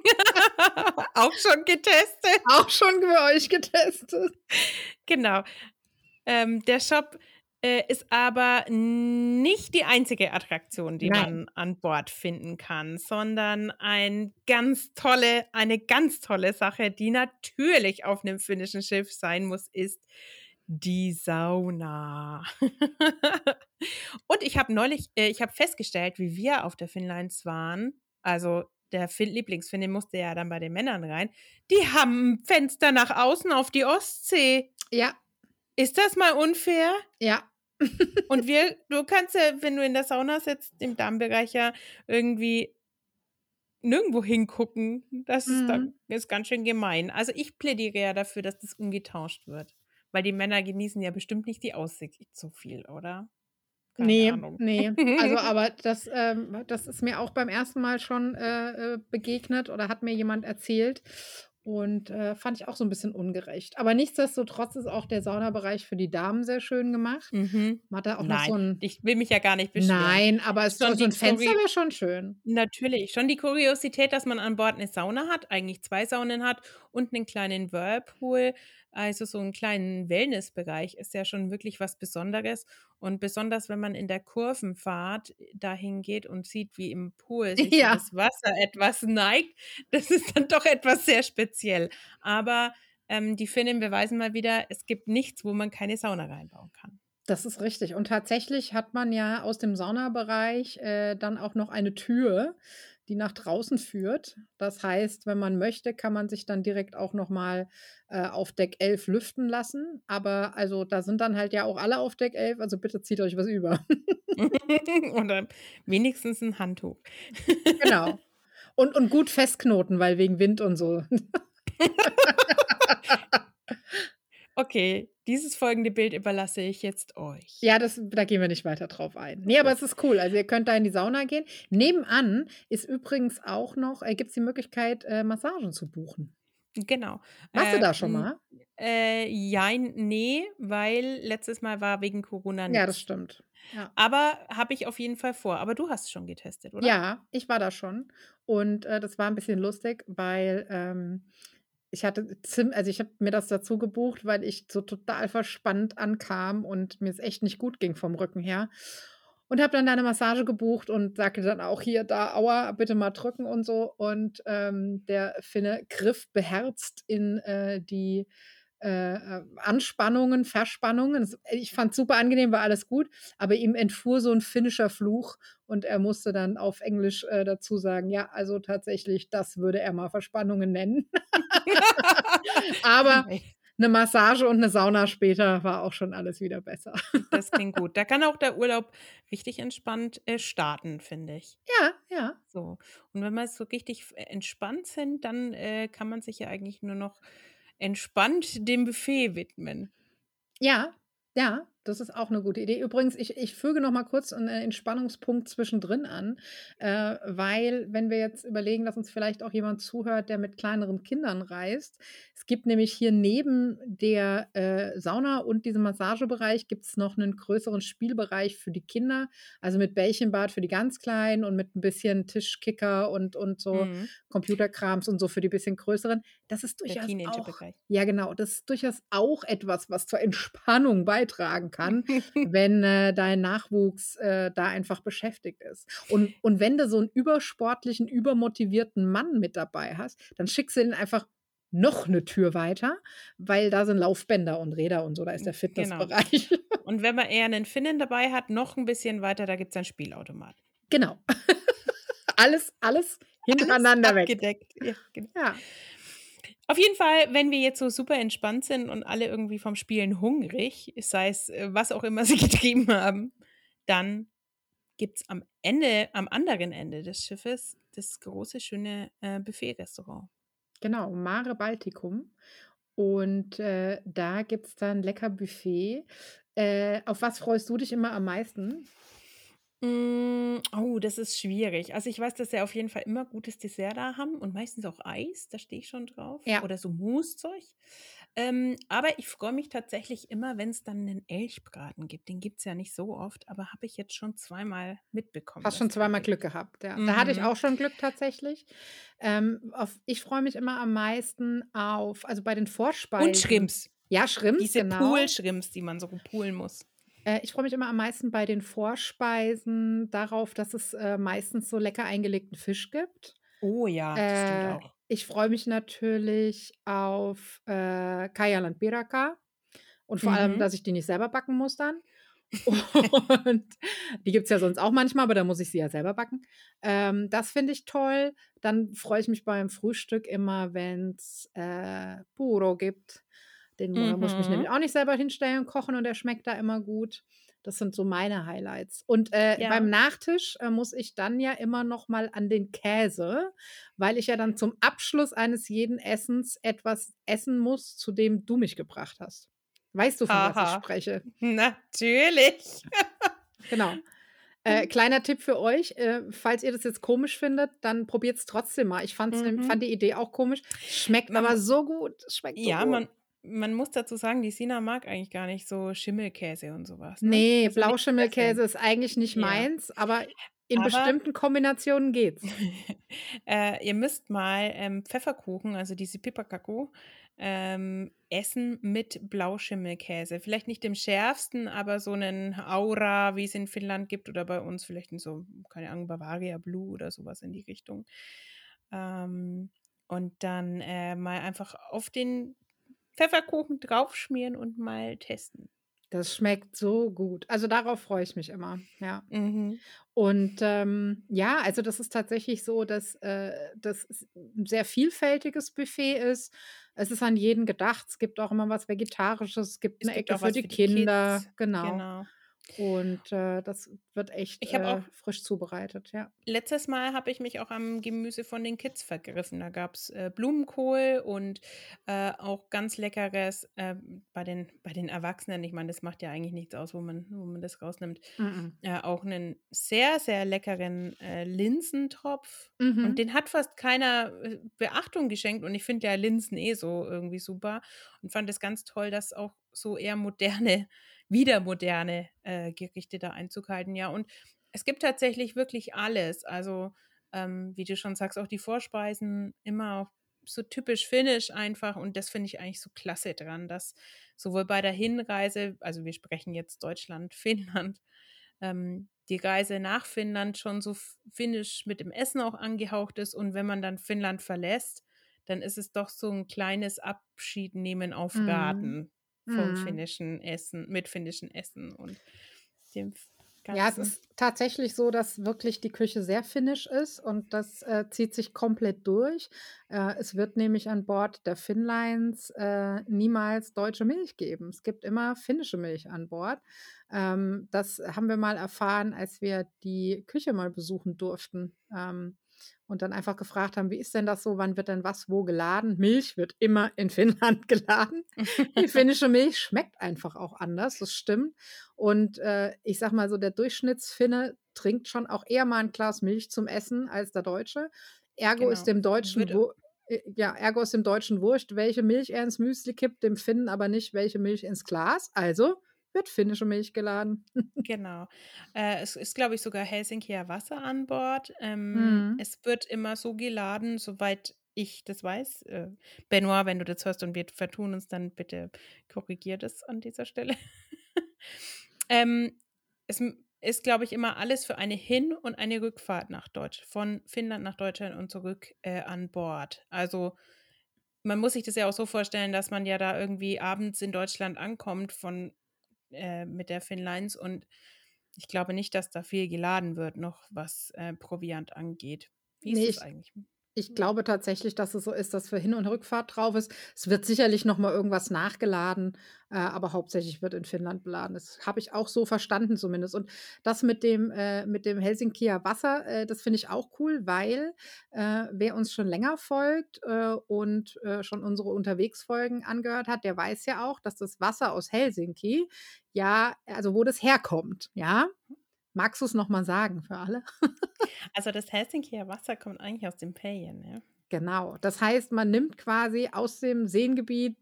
Auch schon getestet. Auch schon für euch getestet. Genau. Der Shop ist aber nicht die einzige Attraktion, die man an Bord finden kann, sondern eine ganz tolle Sache, die natürlich auf einem finnischen Schiff sein muss, ist die Sauna. Und ich habe festgestellt, wie wir auf der Finnlines waren, also der Lieblingsfinne musste ja dann bei den Männern rein, die haben ein Fenster nach außen auf die Ostsee. Ja. Ist das mal unfair? Ja, Und du kannst ja, wenn du in der Sauna sitzt, im Darmbereich ja irgendwie nirgendwo hingucken. Das ist dann ist ganz schön gemein. Also ich plädiere ja dafür, dass das umgetauscht wird. Weil die Männer genießen ja bestimmt nicht die Aussicht so viel, oder? Keine Nee, Ahnung. nee. Also, aber das ist mir auch beim ersten Mal schon begegnet oder hat mir jemand erzählt. Und fand ich auch so ein bisschen ungerecht. Aber nichtsdestotrotz ist auch der Saunabereich für die Damen sehr schön gemacht. Mhm. Man hat da auch noch so Nein, ein. ich will mich ja gar nicht beschweren. Nein, aber so Schon ein die Fenster wäre schon schön. Natürlich, schon die Kuriosität, dass man an Bord eine Sauna hat, eigentlich 2 Saunen hat und einen kleinen Whirlpool, also so einen kleinen Wellnessbereich, ist ja schon wirklich was Besonderes. Und besonders, wenn man in der Kurvenfahrt dahin geht und sieht, wie im Pool sich so Ja. das Wasser etwas neigt, das ist dann doch etwas sehr speziell. Aber die Finnen beweisen mal wieder, es gibt nichts, wo man keine Sauna reinbauen kann. Das ist richtig. Und tatsächlich hat man ja aus dem Saunabereich dann auch noch eine Tür, die nach draußen führt. Das heißt, wenn man möchte, kann man sich dann direkt auch noch mal auf Deck 11 lüften lassen. Aber also da sind dann halt ja auch alle auf Deck 11, also bitte zieht euch was über. Oder wenigstens ein Handtuch. Genau. Und gut festknoten, weil wegen Wind und so. Okay, dieses folgende Bild überlasse ich jetzt euch. Ja, da gehen wir nicht weiter drauf ein. Nee, aber es ist cool. Also ihr könnt da in die Sauna gehen. Nebenan ist übrigens auch noch, gibt es die Möglichkeit, Massagen zu buchen. Genau. Warst du da schon mal? Jein, nee, weil letztes Mal war wegen Corona Ja, nichts. das stimmt. Ja. Aber habe ich auf jeden Fall vor. Aber du hast schon getestet, oder? Ja, ich war da schon. Und das war ein bisschen lustig, weil ich habe mir das dazu gebucht, weil ich so total verspannt ankam und mir es echt nicht gut ging vom Rücken her. Und habe dann eine Massage gebucht und sagte dann auch hier, da, aua, bitte mal drücken und so. Und der Finne griff beherzt in die Anspannungen, Verspannungen. Ich fand es super angenehm, war alles gut, aber ihm entfuhr so ein finnischer Fluch und er musste dann auf Englisch dazu sagen, ja, also tatsächlich, das würde er mal Verspannungen nennen. Aber eine Massage und eine Sauna später war auch schon alles wieder besser. Das klingt gut. Da kann auch der Urlaub richtig entspannt starten, finde ich. Ja, ja. So. Und wenn wir so richtig entspannt sind, dann kann man sich ja eigentlich nur noch entspannt dem Buffet widmen. Ja, ja, das ist auch eine gute Idee. Übrigens, ich füge noch mal kurz einen Entspannungspunkt zwischendrin an, weil wenn wir jetzt überlegen, dass uns vielleicht auch jemand zuhört, der mit kleineren Kindern reist. Es gibt nämlich hier neben der Sauna und diesem Massagebereich gibt es noch einen größeren Spielbereich für die Kinder, also mit Bällchenbad für die ganz Kleinen und mit ein bisschen Tischkicker und so Computerkrams und so für die bisschen größeren. Das ist Der durchaus auch, Teenagerbereich. ja genau, das ist durchaus auch etwas, was zur Entspannung beitragen kann, wenn dein Nachwuchs da einfach beschäftigt ist. Und wenn du so einen übersportlichen, übermotivierten Mann mit dabei hast, dann schickst du den einfach noch eine Tür weiter, weil da sind Laufbänder und Räder und so, da ist der Fitnessbereich. Und wenn man eher einen Finnen dabei hat, noch ein bisschen weiter, da gibt es einen Spielautomat. Genau. alles hintereinander weg. Abgedeckt. Ja, genau. Ja. Auf jeden Fall, wenn wir jetzt so super entspannt sind und alle irgendwie vom Spielen hungrig, sei es was auch immer sie getrieben haben, dann gibt es am anderen Ende des Schiffes das große, schöne Buffet-Restaurant. Genau, Mare Balticum. Und da gibt es dann lecker Buffet. Auf was freust du dich immer am meisten? Oh, das ist schwierig. Also ich weiß, dass sie auf jeden Fall immer gutes Dessert da haben und meistens auch Eis, da stehe ich schon drauf. Ja. Oder so Mousse-Zeug. Aber ich freue mich tatsächlich immer, wenn es dann einen Elchbraten gibt. Den gibt es ja nicht so oft, aber habe ich jetzt schon zweimal mitbekommen. Hast schon dass zweimal der gibt. Glück gehabt, ja. Da hatte ich Mhm. auch schon Glück tatsächlich. Ich freue mich immer am meisten also bei den Vorspeisen. Und Shrimps. Ja, Shrimps, Diese genau. Pool-Shrimps, die man so poolen muss. Ich freue mich immer am meisten bei den Vorspeisen darauf, dass es meistens so lecker eingelegten Fisch gibt. Oh ja, das stimmt auch. Ich freue mich natürlich auf Kajaland Biraka und vor allem, dass ich die nicht selber backen muss dann. Und die gibt es ja sonst auch manchmal, aber da muss ich sie ja selber backen. Das finde ich toll. Dann freue ich mich beim Frühstück immer, wenn es Puro gibt. Den muss ich mich nämlich auch nicht selber hinstellen, kochen und der schmeckt da immer gut. Das sind so meine Highlights. Und Ja. beim Nachtisch muss ich dann ja immer noch mal an den Käse, weil ich ja dann zum Abschluss eines jeden Essens etwas essen muss, zu dem du mich gebracht hast. Weißt du, von was ich Haha. spreche? Natürlich. Genau. Kleiner Tipp für euch, falls ihr das jetzt komisch findet, dann probiert es trotzdem mal. Ich fand die Idee auch komisch. Schmeckt Man- aber so gut. Es schmeckt so Ja, gut. man muss dazu sagen, die Sina mag eigentlich gar nicht so Schimmelkäse und sowas. Ne? Nee, Also nicht Blauschimmelkäse essen. ist eigentlich nicht Ja. meins, aber in Aber- bestimmten Kombinationen geht's. Ihr müsst mal Pfefferkuchen, also diese Pipakaku, essen mit Blauschimmelkäse. Vielleicht nicht dem schärfsten, aber so einen Aura, wie es in Finnland gibt, oder bei uns vielleicht in so, keine Ahnung, Bavaria Blue oder sowas in die Richtung. Und dann mal einfach auf den Pfefferkuchen draufschmieren und mal testen. Das schmeckt so gut. Also darauf freue ich mich immer. Ja. Mhm. Und ja, also das ist tatsächlich so, dass das ein sehr vielfältiges Buffet ist. Es ist an jeden gedacht. Es gibt auch immer was Vegetarisches. Es gibt Es eine gibt Ecke auch für was die für die Kinder. Kids. Genau. Genau. Und das wird echt Ich habe auch frisch zubereitet. Ja. Letztes Mal habe ich mich auch am Gemüse von den Kids vergriffen. Da gab es Blumenkohl und auch ganz leckeres bei den Erwachsenen. Ich meine, das macht ja eigentlich nichts aus, wo man das rausnimmt. Auch einen sehr, sehr leckeren Linsentopf. Und den hat fast keiner Beachtung geschenkt. Und ich finde ja Linsen so irgendwie super. Und fand es ganz toll, dass auch so eher wieder moderne Gerichte da Einzug halten. Ja, und es gibt tatsächlich wirklich alles. Also, wie du schon sagst, auch die Vorspeisen immer auch so typisch finnisch einfach. Und das finde ich eigentlich so klasse dran, dass sowohl bei der Hinreise, also wir sprechen jetzt Deutschland, Finnland, die Reise nach Finnland schon so finnisch mit dem Essen auch angehaucht ist. Und wenn man dann Finnland verlässt, dann ist es doch so ein kleines Abschiednehmen auf Raten vom finnischen Essen, mit finnischen Essen und dem Ja, es ist tatsächlich so, dass wirklich die Küche sehr finnisch ist und das zieht sich komplett durch. Es wird nämlich an Bord der Finnlines niemals deutsche Milch geben. Es gibt immer finnische Milch an Bord. Das haben wir mal erfahren, als wir die Küche mal besuchen durften. Und dann einfach gefragt haben, wie ist denn das so, wann wird denn was wo geladen? Milch wird immer in Finnland geladen. Die finnische Milch schmeckt einfach auch anders, das stimmt. Und ich sag mal so, der Durchschnittsfinne trinkt schon auch eher mal ein Glas Milch zum Essen als der Deutsche. Ergo ist dem Deutschen ergo ist dem Deutschen wurscht, welche Milch er ins Müsli kippt, dem Finnen aber nicht, welche Milch ins Glas. Also wird finnische Milch geladen. Genau. Es ist, glaube ich, sogar Helsinkier Wasser an Bord. Es wird immer so geladen, soweit ich das weiß. Benoit, wenn du das hörst und wir vertun uns, dann bitte korrigiert es an dieser Stelle. Es ist, glaube ich, immer alles für eine Hin- und eine Rückfahrt von Finnland nach Deutschland und zurück an Bord. Also man muss sich das ja auch so vorstellen, dass man ja da irgendwie abends in Deutschland ankommt mit der Finnlines und ich glaube nicht, dass da viel geladen wird, noch was Proviant angeht. Wie ist es eigentlich? Ich glaube tatsächlich, dass es so ist, dass für Hin- und Rückfahrt drauf ist. Es wird sicherlich noch mal irgendwas nachgeladen, aber hauptsächlich wird in Finnland beladen. Das habe ich auch so verstanden zumindest. Und das mit dem Helsinkier Wasser, das finde ich auch cool, weil wer uns schon länger folgt und schon unsere Unterwegsfolgen angehört hat, der weiß ja auch, dass das Wasser aus Helsinki, also wo das herkommt, ja. Magst du es nochmal sagen für alle? Also das Helsinkier Wasser kommt eigentlich aus dem Pejen, ja? Genau. Das heißt, man nimmt quasi aus dem Seengebiet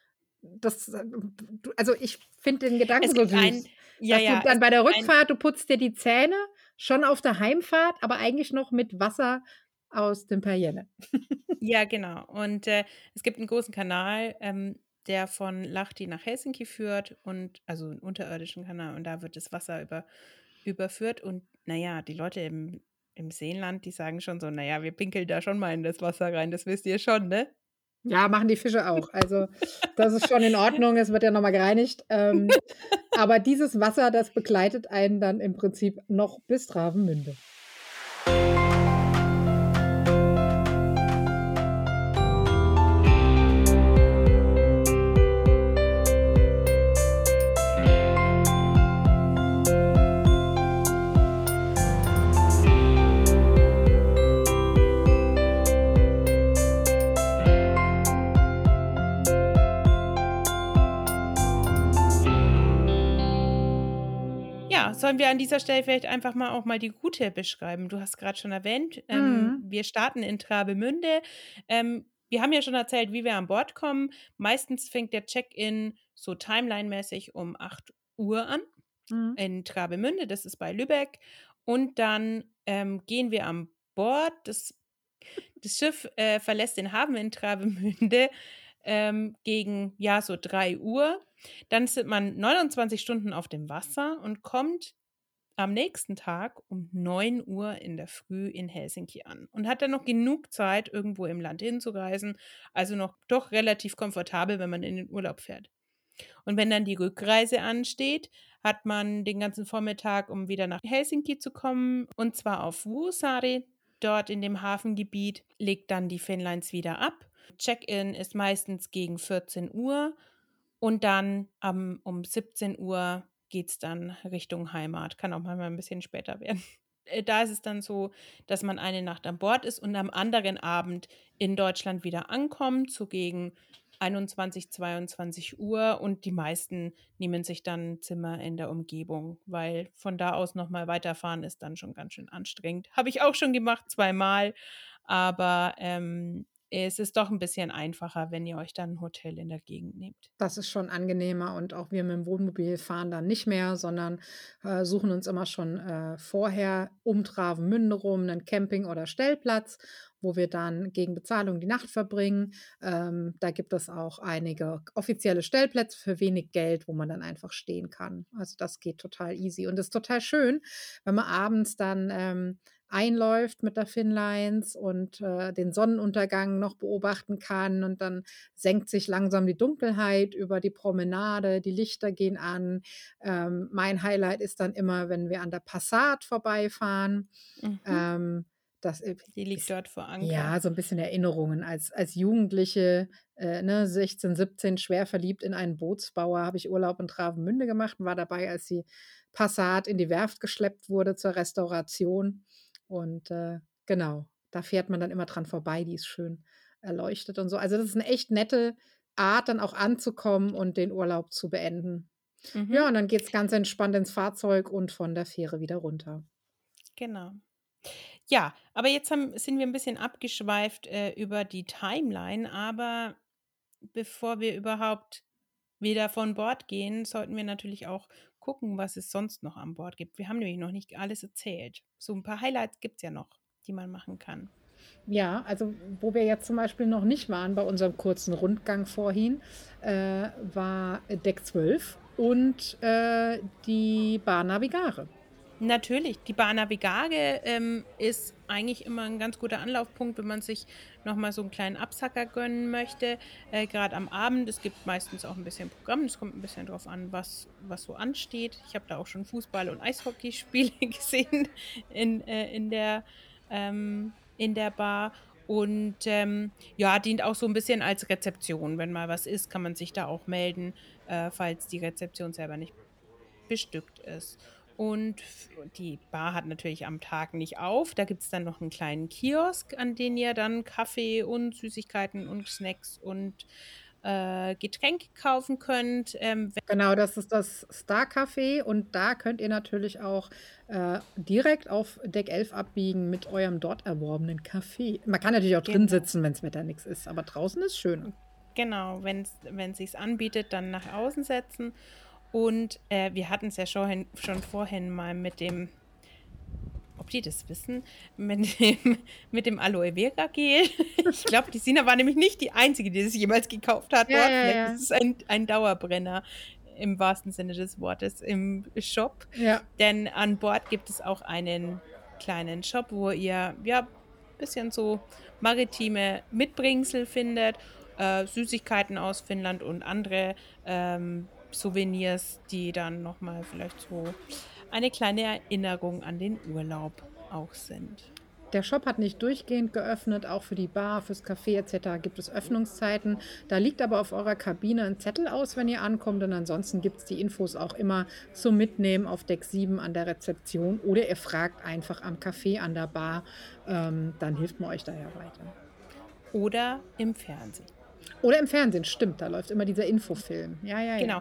also ich finde den Gedanken so süß. Du dann bei der Rückfahrt, du putzt dir die Zähne, schon auf der Heimfahrt, aber eigentlich noch mit Wasser aus dem Pejen. Ja, genau. Und es gibt einen großen Kanal, der von Lahti nach Helsinki führt, also einen unterirdischen Kanal, und da wird das Wasser überführt. Und naja, die Leute im Seenland, die sagen schon so, naja, wir pinkeln da schon mal in das Wasser rein, das wisst ihr schon, ne? Ja, machen die Fische auch. Also das ist schon in Ordnung, es wird ja nochmal gereinigt. Aber dieses Wasser, das begleitet einen dann im Prinzip noch bis Travemünde. Ja, sollen wir an dieser Stelle vielleicht einfach mal auch mal die Route beschreiben? Du hast gerade schon erwähnt, wir starten in Travemünde. Wir haben ja schon erzählt, wie wir an Bord kommen. Meistens fängt der Check-in so timeline-mäßig um 8 Uhr an in Travemünde, das ist bei Lübeck. Und dann gehen wir an Bord. Das Schiff verlässt den Hafen in Travemünde gegen so 3 Uhr. Dann ist man 29 Stunden auf dem Wasser und kommt am nächsten Tag um 9 Uhr in der Früh in Helsinki an und hat dann noch genug Zeit, irgendwo im Land hinzureisen. Also noch doch relativ komfortabel, wenn man in den Urlaub fährt. Und wenn dann die Rückreise ansteht, hat man den ganzen Vormittag, um wieder nach Helsinki zu kommen, und zwar auf Vuosaari. Dort in dem Hafengebiet legt dann die Finnlines wieder ab. Check-in ist meistens gegen 14 Uhr und dann um 17 Uhr geht es dann Richtung Heimat. Kann auch manchmal ein bisschen später werden. Da ist es dann so, dass man eine Nacht an Bord ist und am anderen Abend in Deutschland wieder ankommt, so gegen 21, 22 Uhr, und die meisten nehmen sich dann ein Zimmer in der Umgebung, weil von da aus nochmal weiterfahren ist dann schon ganz schön anstrengend. Habe ich auch schon gemacht, 2-mal, aber es ist doch ein bisschen einfacher, wenn ihr euch dann ein Hotel in der Gegend nehmt. Das ist schon angenehmer, und auch wir mit dem Wohnmobil fahren dann nicht mehr, sondern suchen uns immer schon vorher um Travemünde rum einen Camping- oder Stellplatz, wo wir dann gegen Bezahlung die Nacht verbringen. Da gibt es auch einige offizielle Stellplätze für wenig Geld, wo man dann einfach stehen kann. Also das geht total easy und ist total schön, wenn man abends dann einläuft mit der Finnlines und den Sonnenuntergang noch beobachten kann, und dann senkt sich langsam die Dunkelheit über die Promenade, die Lichter gehen an. Mein Highlight ist dann immer, wenn wir an der Passat vorbeifahren. Die liegt dort vor Anker. Ja, so ein bisschen Erinnerungen. Als Jugendliche, 16, 17, schwer verliebt in einen Bootsbauer, habe ich Urlaub in Travemünde gemacht und war dabei, als die Passat in die Werft geschleppt wurde zur Restauration. Und genau, da fährt man dann immer dran vorbei, die ist schön erleuchtet und so. Also das ist eine echt nette Art, dann auch anzukommen und den Urlaub zu beenden. Ja, und dann geht es ganz entspannt ins Fahrzeug und von der Fähre wieder runter. Genau. Ja, aber jetzt sind wir ein bisschen abgeschweift über die Timeline, aber bevor wir überhaupt wieder von Bord gehen, sollten wir natürlich auch gucken, was es sonst noch an Bord gibt. Wir haben nämlich noch nicht alles erzählt. So ein paar Highlights gibt es ja noch, die man machen kann. Ja, also wo wir jetzt zum Beispiel noch nicht waren bei unserem kurzen Rundgang vorhin, war Deck 12 und die Bar Navigare. Natürlich, die Bar Navigare ist eigentlich immer ein ganz guter Anlaufpunkt, wenn man sich nochmal so einen kleinen Absacker gönnen möchte, gerade am Abend. Es gibt meistens auch ein bisschen Programm, es kommt ein bisschen drauf an, was so ansteht. Ich habe da auch schon Fußball- und Eishockeyspiele gesehen in der Bar. Und dient auch so ein bisschen als Rezeption. Wenn mal was ist, kann man sich da auch melden, falls die Rezeption selber nicht bestückt ist. Und die Bar hat natürlich am Tag nicht auf. Da gibt es dann noch einen kleinen Kiosk, an den ihr dann Kaffee und Süßigkeiten und Snacks und Getränke kaufen könnt. Genau, das ist das Star Café, und da könnt ihr natürlich auch direkt auf Deck 11 abbiegen mit eurem dort erworbenen Kaffee. Man kann natürlich auch drin sitzen, wenn das Wetter nichts ist, aber draußen ist schöner. Genau, wenn es sich anbietet, dann nach außen setzen. Und wir hatten es ja schon vorhin mal mit dem, ob die das wissen, mit dem Aloe Vera Gel. Ich glaube, die Sina war nämlich nicht die Einzige, die das jemals gekauft hat. Ja, dort. ja, Vielleicht ja. ist es ein Dauerbrenner im wahrsten Sinne des Wortes im Shop. Ja. Denn an Bord gibt es auch einen kleinen Shop, wo ihr ein bisschen so maritime Mitbringsel findet, Süßigkeiten aus Finnland und andere Souvenirs, die dann nochmal vielleicht so eine kleine Erinnerung an den Urlaub auch sind. Der Shop hat nicht durchgehend geöffnet, auch für die Bar, fürs Café etc. gibt es Öffnungszeiten. Da liegt aber auf eurer Kabine ein Zettel aus, wenn ihr ankommt, und ansonsten gibt es die Infos auch immer zum Mitnehmen auf Deck 7 an der Rezeption, oder ihr fragt einfach am Café an der Bar, dann hilft man euch da ja weiter. Oder im Fernsehen. Oder im Fernsehen, stimmt, da läuft immer dieser Infofilm. Ja. Genau.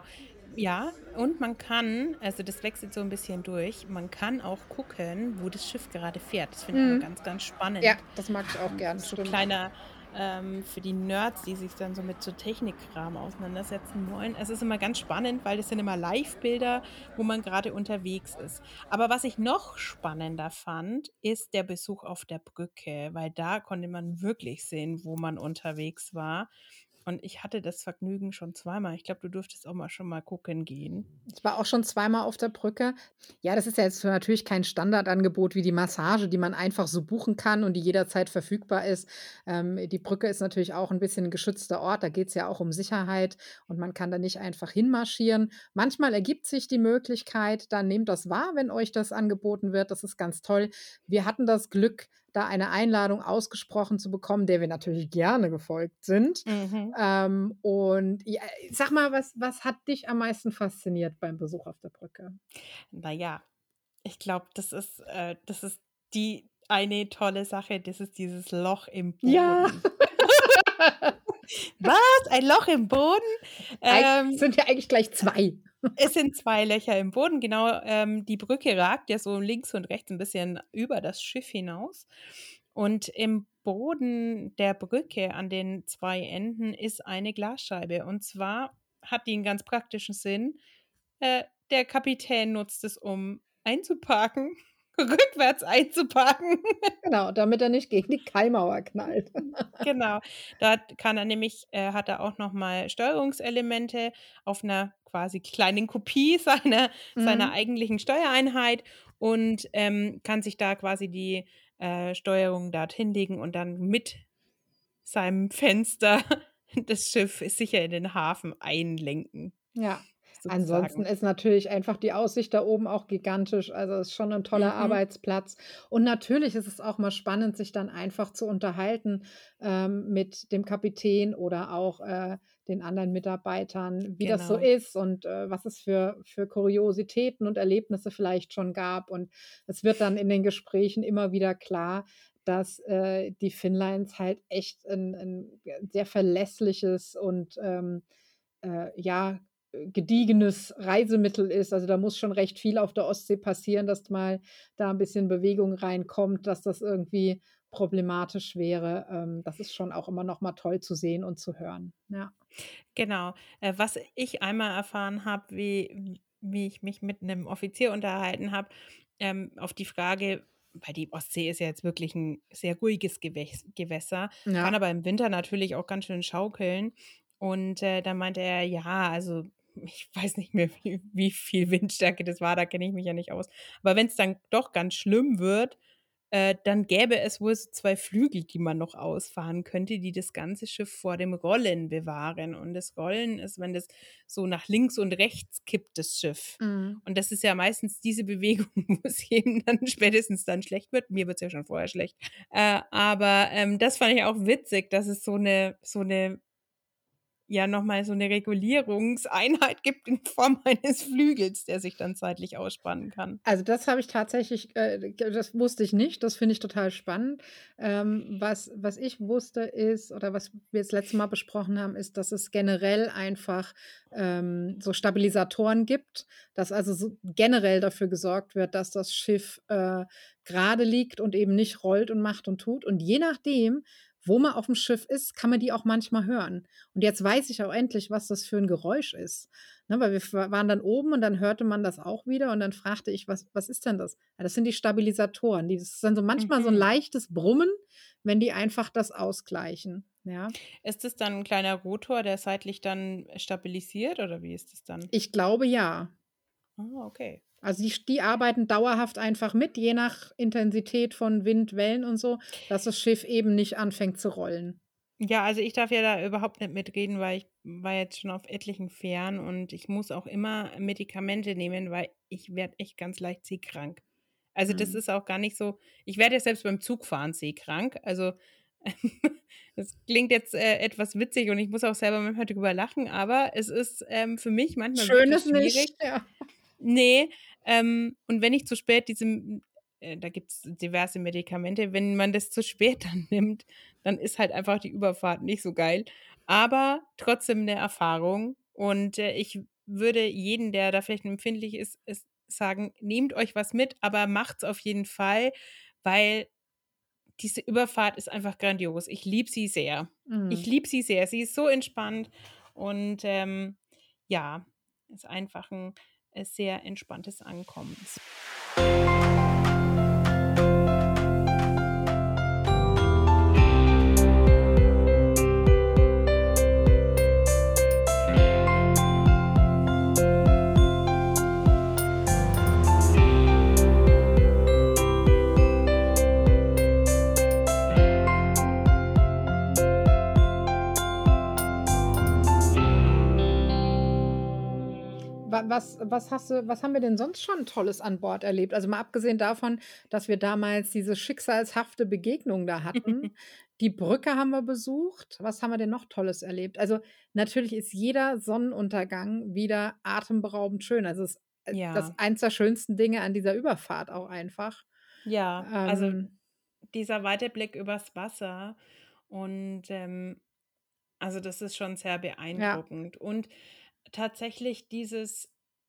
Ja, und man kann, also das wechselt so ein bisschen durch, man kann auch gucken, wo das Schiff gerade fährt. Das finde ich immer Mhm. ganz, ganz Ja, spannend. das mag ich auch gern, So stimmt. kleiner, für die Nerds, die sich dann so mit so Technikkram auseinandersetzen wollen. Es ist immer ganz spannend, weil das sind immer Live-Bilder, wo man gerade unterwegs ist. Aber was ich noch spannender fand, ist der Besuch auf der Brücke, weil da konnte man wirklich sehen, wo man unterwegs war. Und ich hatte das Vergnügen schon zweimal. Ich glaube, du durftest auch mal schon mal gucken gehen. Ich war auch schon zweimal auf der Brücke. Ja, das ist ja jetzt natürlich kein Standardangebot wie die Massage, die man einfach so buchen kann und die jederzeit verfügbar ist. Die Brücke ist natürlich auch ein bisschen 'n geschützter Ort. Da geht's ja auch um Sicherheit und man kann da nicht einfach hinmarschieren. Manchmal ergibt sich die Möglichkeit, dann nehmt das wahr, wenn euch das angeboten wird. Das ist ganz toll. Wir hatten das Glück, da eine Einladung ausgesprochen zu bekommen, der wir natürlich gerne gefolgt sind. Mhm. Und ja, sag mal, was hat dich am meisten fasziniert beim Besuch auf der Brücke? Na ja, ich glaube, das ist die eine tolle Sache, das ist dieses Loch im Ja. Boden. Was? Ein Loch im Boden? Sind ja eigentlich gleich 2. Es sind 2 Löcher im Boden, genau. Die Brücke ragt ja so links und rechts ein bisschen über das Schiff hinaus. Und im Boden der Brücke an den 2 Enden ist eine Glasscheibe. Und zwar hat die einen ganz praktischen Sinn. Der Kapitän nutzt es, um einzuparken, rückwärts einzuparken. Genau, damit er nicht gegen die Kaimauer knallt. Genau. Dort kann er nämlich hat er auch noch mal Steuerungselemente auf einer quasi kleinen Kopie seiner Mhm. eigentlichen Steuereinheit und, kann sich da quasi die, Steuerung dorthin legen und dann mit seinem Fenster das Schiff sicher in den Hafen einlenken, Ja. Ansonsten sozusagen. ist natürlich einfach die Aussicht da oben auch gigantisch. Also, ist schon 'n toller Mhm, Arbeitsplatz. Und natürlich ist es auch mal spannend, sich dann einfach zu unterhalten, mit dem Kapitän oder auch, den anderen Mitarbeitern, wie das so genau. ist und, was es für Kuriositäten und Erlebnisse vielleicht schon gab. Und es wird dann in den Gesprächen immer wieder klar, dass, die Finnlines halt echt 'n sehr verlässliches und, ja, gediegenes Reisemittel ist. Also, da muss schon recht viel auf der Ostsee passieren, dass mal da ein bisschen Bewegung reinkommt, dass das irgendwie problematisch wäre. Das ist schon auch immer noch mal toll zu sehen und zu hören. Ja. Genau. Was ich einmal erfahren habe, wie ich mich mit einem Offizier unterhalten habe, auf die Frage, weil die Ostsee ist ja jetzt wirklich ein sehr ruhiges Gewässer, kann Ja. aber im Winter natürlich auch ganz schön schaukeln. Und, da meinte er: „Ja, also, ich weiß nicht mehr, wie viel Windstärke das war, da kenne ich mich ja nicht aus. Aber wenn es dann doch ganz schlimm wird, dann gäbe es wohl so 2 Flügel, die man noch ausfahren könnte, die das ganze Schiff vor dem Rollen bewahren. Und das Rollen ist, wenn das so nach links und rechts kippt, das Schiff. Mhm. Und das ist ja meistens diese Bewegung, wo es jedem dann spätestens dann schlecht wird. Mir wird's ja schon vorher schlecht. Aber, das fand ich auch witzig, dass es so eine ja, noch mal so 'ne Regulierungseinheit gibt in Form eines Flügels, der sich dann seitlich ausspannen kann. Also, das habe ich tatsächlich das wusste ich nicht. Das finde ich total spannend. Was ich wusste ist oder was wir das letzte Mal besprochen haben, ist, dass es generell einfach, so Stabilisatoren gibt, dass also so generell dafür gesorgt wird, dass das Schiff, gerade liegt und eben nicht rollt und macht und tut. Und je nachdem, wo man aufm Schiff ist, kann man die auch manchmal hören. Und jetzt weiß ich auch endlich, was das für 'n Geräusch ist. Ne, weil wir waren dann oben und dann hörte man das auch wieder und dann fragte ich: „Was ist denn das?“ Ja, das sind die Stabilisatoren. Das ist dann so manchmal so 'n Mhm. leichtes Brummen, wenn die einfach das ausgleichen, ja. Ist das dann 'n kleiner Rotor, der seitlich dann stabilisiert oder wie ist das dann? Ich glaube, ja. Ah, okay. Also, die arbeiten dauerhaft einfach mit, je nach Intensität von Wind, Wellen und so, dass das Schiff eben nicht anfängt zu rollen. Ja, also ich darf ja da überhaupt nicht mitreden, weil ich war jetzt schon auf etlichen Fähren und ich muss auch immer Medikamente nehmen, weil ich werde echt ganz leicht seekrank. Also, das Mhm. ist auch gar nicht so, ich werde ja selbst beim Zugfahren seekrank. Also, das klingt jetzt, etwas witzig und ich muss auch selber manchmal drüber lachen, aber es ist, für mich manchmal Schön wirklich ist schwierig. nicht, ja. Ne, und wenn ich zu spät da gibt's diverse Medikamente, wenn man das zu spät dann nimmt, dann ist halt einfach die Überfahrt nicht so geil, aber trotzdem 'ne Erfahrung und, ich würde jeden, der da vielleicht empfindlich ist, sagen, nehmt euch was mit, aber macht's auf jeden Fall, weil diese Überfahrt ist einfach grandios. Ich liebe sie sehr. Ich liebe sie sehr. Sie ist so entspannt und ja, ist einfach ein sehr entspanntes Ankommen. Was haben wir denn sonst schon Tolles an Bord erlebt? Also mal abgesehen davon, dass wir damals diese schicksalshafte Begegnung da hatten. Die Brücke haben wir besucht. Was haben wir denn noch Tolles erlebt? Also natürlich ist jeder Sonnenuntergang wieder atemberaubend schön. Also es ist das Ja, eins der schönsten Dinge an dieser Überfahrt auch einfach. ja, also Ähm, dieser weite Blick übers Wasser und also das ist schon sehr ja, beeindruckend. Und tatsächlich dieses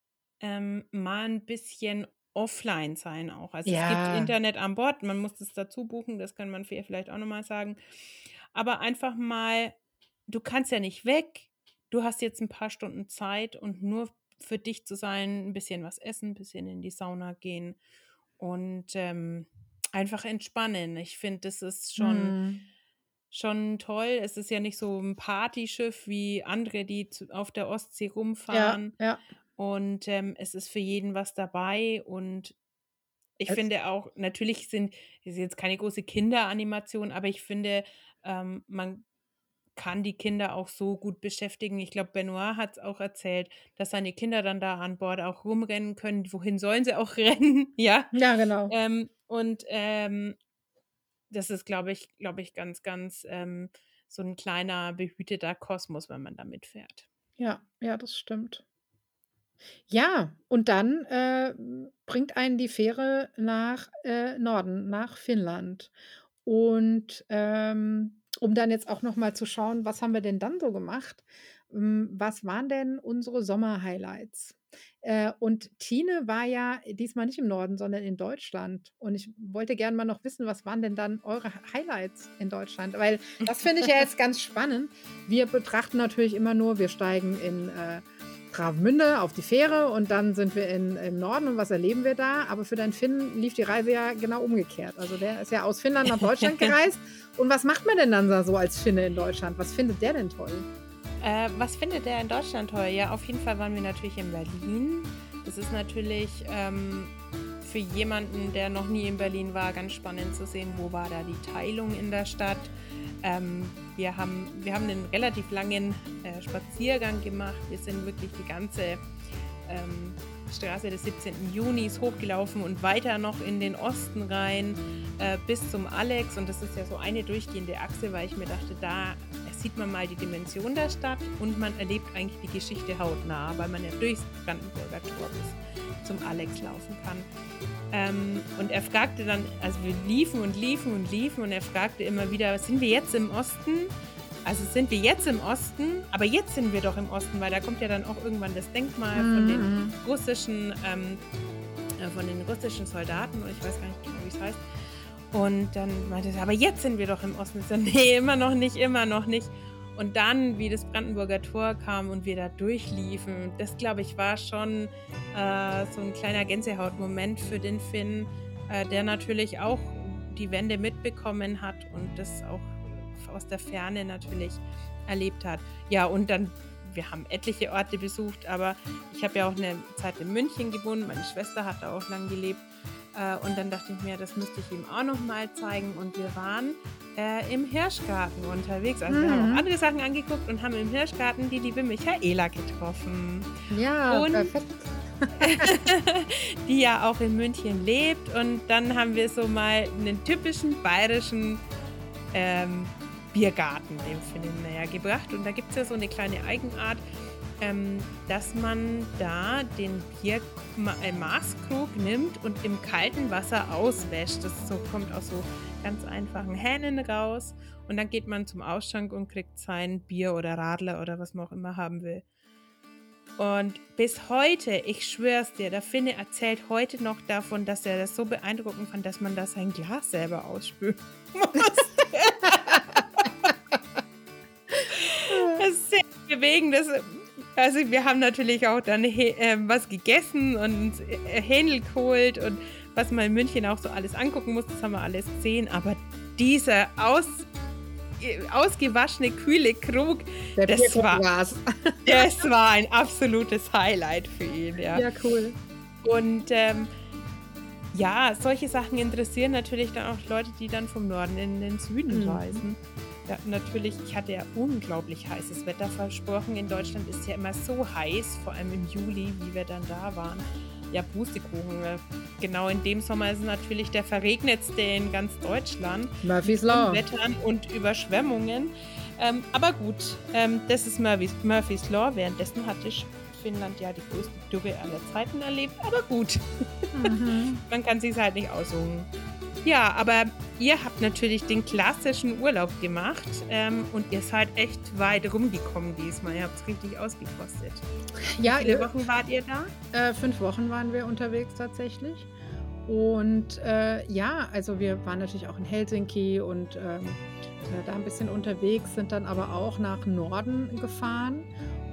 mal ein bisschen offline sein auch. Also es gibt ja, Internet an Bord, man muss das dazu buchen, das kann man vielleicht auch nochmal sagen. Aber einfach mal, du kannst ja nicht weg, du hast jetzt ein paar Stunden Zeit und nur für dich zu sein, ein bisschen was essen, ein bisschen in die Sauna gehen und einfach entspannen. Ich finde, das ist mm, schon toll. Es ist ja nicht so ein Partyschiff wie andere, die auf der Ostsee ja, rumfahren. ja. Und es ist für jeden was dabei. Und ich Es, finde auch, natürlich ist jetzt keine große Kinderanimation, aber ich finde, man kann die Kinder auch so gut beschäftigen. Ich glaube, Benoit hat es auch erzählt, dass seine Kinder dann da an Bord auch rumrennen können. Wohin sollen sie auch rennen? Ja. ja, genau. Und das ist, glaube ich, ganz, ganz so ein kleiner behüteter Kosmos, wenn man da mitfährt. Ja, ja, das stimmt. Ja, und dann bringt einen die Fähre nach Norden, nach Finnland. Und um dann jetzt auch noch mal zu schauen, was haben wir denn dann so gemacht? Was waren denn unsere Sommer-Highlights? Und Tine war ja diesmal nicht im Norden, sondern in Deutschland. Und ich wollte gerne mal noch wissen, was waren denn dann eure Highlights in Deutschland? Weil das finde ich ja jetzt ganz spannend. Wir betrachten natürlich immer nur, wir steigen in Travemünde auf die Fähre und dann sind wir im Norden und was erleben wir da? Aber für deinen Finn lief die Reise ja genau umgekehrt. Also der ist ja aus Finnland nach Deutschland gereist. Und was macht man denn dann da so als Finne in Deutschland? Was findet der denn toll? Was findet der in Deutschland toll? Ja, auf jeden Fall waren wir natürlich in Berlin. Das ist natürlich für jemanden, der noch nie in Berlin war, ganz spannend zu sehen, wo war da die Teilung in der Stadt. Wir haben einen relativ langen Spaziergang gemacht. Wir sind wirklich die ganze Straße des 17. Junis hochgelaufen und weiter noch in den Osten rein bis zum Alex. Und das ist ja so eine durchgehende Achse, weil ich mir dachte, da sieht man mal die Dimension der Stadt und man erlebt eigentlich die Geschichte hautnah, weil man ja durchs Brandenburger Tor bis zum Alex laufen kann. Und er fragte dann, also wir liefen und er fragte immer wieder, sind wir jetzt im Osten? Also sind wir jetzt im Osten? Aber jetzt sind wir doch im Osten, weil da kommt ja dann auch irgendwann das Denkmal von den russischen Soldaten, und ich weiß gar nicht genau, wie es heißt. Und dann meinte er, aber jetzt sind wir doch im Osten. Ich so, nee, immer noch nicht. Und dann, wie das Brandenburger Tor kam und wir da durchliefen, das, glaube ich, war schon so ein kleiner Gänsehautmoment für den Finn, der natürlich auch die Wende mitbekommen hat und das auch aus der Ferne natürlich erlebt hat. Ja, und dann, wir haben etliche Orte besucht, aber ich habe ja auch eine Zeit in München gewohnt, meine Schwester hat da auch lang gelebt. Und dann dachte ich mir, das müsste ich ihm auch noch mal zeigen. Und wir waren im Hirschgarten unterwegs. Also wir haben auch andere Sachen angeguckt und haben im Hirschgarten die liebe Michaela getroffen. Ja, und perfekt. Die ja auch in München lebt. Und dann haben wir so mal einen typischen bayerischen Biergarten dem Finnen näher gebracht. Und da gibt es ja so eine kleine Eigenart, dass man da den Maßkrug nimmt und im kalten Wasser auswäscht. Das kommt aus so ganz einfachen Hähnen raus. Und dann geht man zum Ausschank und kriegt sein Bier oder Radler oder was man auch immer haben will. Und bis heute, ich schwör's dir, der Finne erzählt heute noch davon, dass er das so beeindruckend fand, dass man da sein Glas selber ausspülen muss. Das ist sehr bewegend. Also wir haben natürlich auch dann was gegessen und Händel geholt und was man in München auch so alles angucken muss, das haben wir alles gesehen. Aber dieser ausgewaschene, kühle Krug, das war ein absolutes Highlight für ihn. Ja, Ja, cool. und ja, solche Sachen interessieren natürlich dann auch Leute, die dann vom Norden in den Süden reisen. Ja, natürlich, ich hatte ja unglaublich heißes Wetter versprochen. In Deutschland ist es ja immer so heiß, vor allem im Juli, wie wir dann da waren. Ja, Pustekuchen. Genau in dem Sommer ist es natürlich der verregnetste in ganz Deutschland. Murphy's Law. Wettern und Überschwemmungen. Aber gut, das ist Murphy's Law. Währenddessen hatte Finnland ja die größte Dürre aller Zeiten erlebt. Aber gut, man kann sich halt nicht aussuchen. Ja, aber ihr habt natürlich den klassischen Urlaub gemacht und ihr seid echt weit rumgekommen diesmal. Ihr habt es richtig ausgekostet. Ja, Wie viele Wochen wart ihr da? 5 Wochen waren wir unterwegs tatsächlich. Und ja, also wir waren natürlich auch in Helsinki und da ein bisschen unterwegs, sind dann aber auch nach Norden gefahren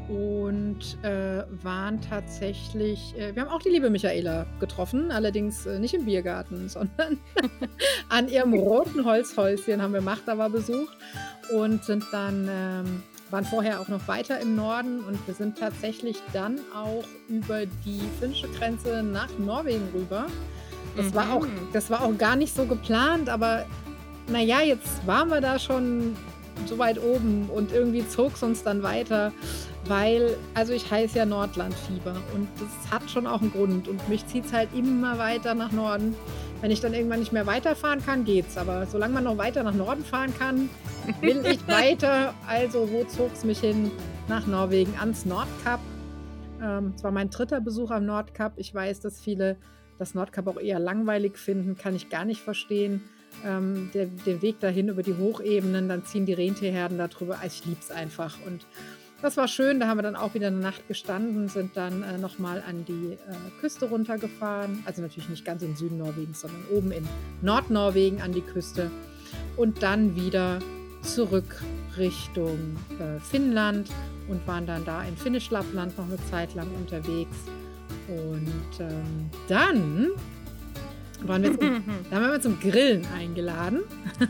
und waren tatsächlich, wir haben auch die liebe Michaela getroffen, allerdings nicht im Biergarten, sondern an ihrem roten Holzhäuschen haben wir Machtava besucht und sind dann, waren vorher auch noch weiter im Norden und wir sind tatsächlich dann auch über die finnische Grenze nach Norwegen rüber. Das war auch gar nicht so geplant, aber naja, jetzt waren wir da schon so weit oben und irgendwie zog es uns dann weiter, weil, also ich heiße ja Nordlandfieber und das hat schon auch einen Grund und mich zieht es halt immer weiter nach Norden. Wenn ich dann irgendwann nicht mehr weiterfahren kann, geht's, aber solange man noch weiter nach Norden fahren kann, will ich weiter. Also wo zog es mich hin? Nach Norwegen, ans Nordkap. Es war mein 3. Besuch am Nordkap. Ich weiß, dass viele das Nordkap auch eher langweilig finden, kann ich gar nicht verstehen. Den Weg dahin über die Hochebenen, dann ziehen die Rentierherden da drüber. Also ich liebe es einfach. Und das war schön, da haben wir dann auch wieder eine Nacht gestanden, sind dann nochmal an die Küste runtergefahren. Also natürlich nicht ganz im Süden Norwegens, sondern oben in Nordnorwegen an die Küste. Und dann wieder zurück Richtung Finnland und waren dann da in Finnisch-Lappland noch eine Zeit lang unterwegs. Und dann waren wir zum Grillen eingeladen.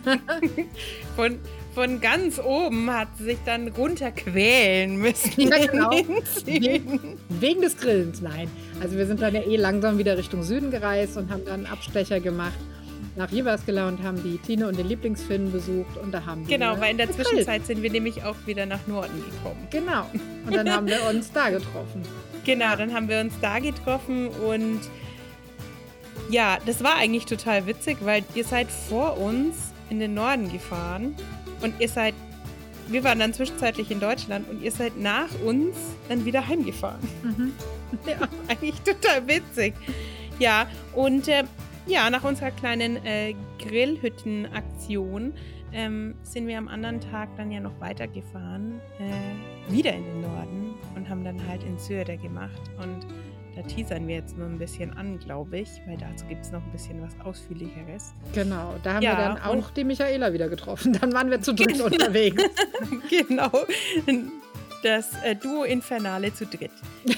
Von ganz oben hat sie sich dann runterquälen müssen. Ja, genau. Wegen des Grillens, nein. Also wir sind dann ja langsam wieder Richtung Süden gereist und haben dann einen Abstecher gemacht nach Jyväskylä und haben die Tine und den Lieblingsfinn besucht und da haben wir Genau, weil in der gegrillt. Zwischenzeit sind wir nämlich auch wieder nach Norden gekommen. Genau. Und dann haben wir uns da getroffen. Genau, dann haben wir uns da getroffen und ja, das war eigentlich total witzig, weil ihr seid vor uns in den Norden gefahren und wir waren dann zwischenzeitlich in Deutschland und ihr seid nach uns dann wieder heimgefahren. Ja, eigentlich total witzig. Ja, und ja, nach unserer kleinen Grillhütten-Aktion sind wir am anderen Tag dann ja noch weitergefahren, wieder in den Norden und haben dann halt in Sörde gemacht und da teasern wir jetzt nur ein bisschen an, glaube ich, weil dazu gibt es noch ein bisschen was Ausführlicheres. Genau, da haben Ja, wir dann und- auch die Michaela wieder getroffen. Dann waren wir zu dritt unterwegs. Genau, das Duo Infernale zu dritt.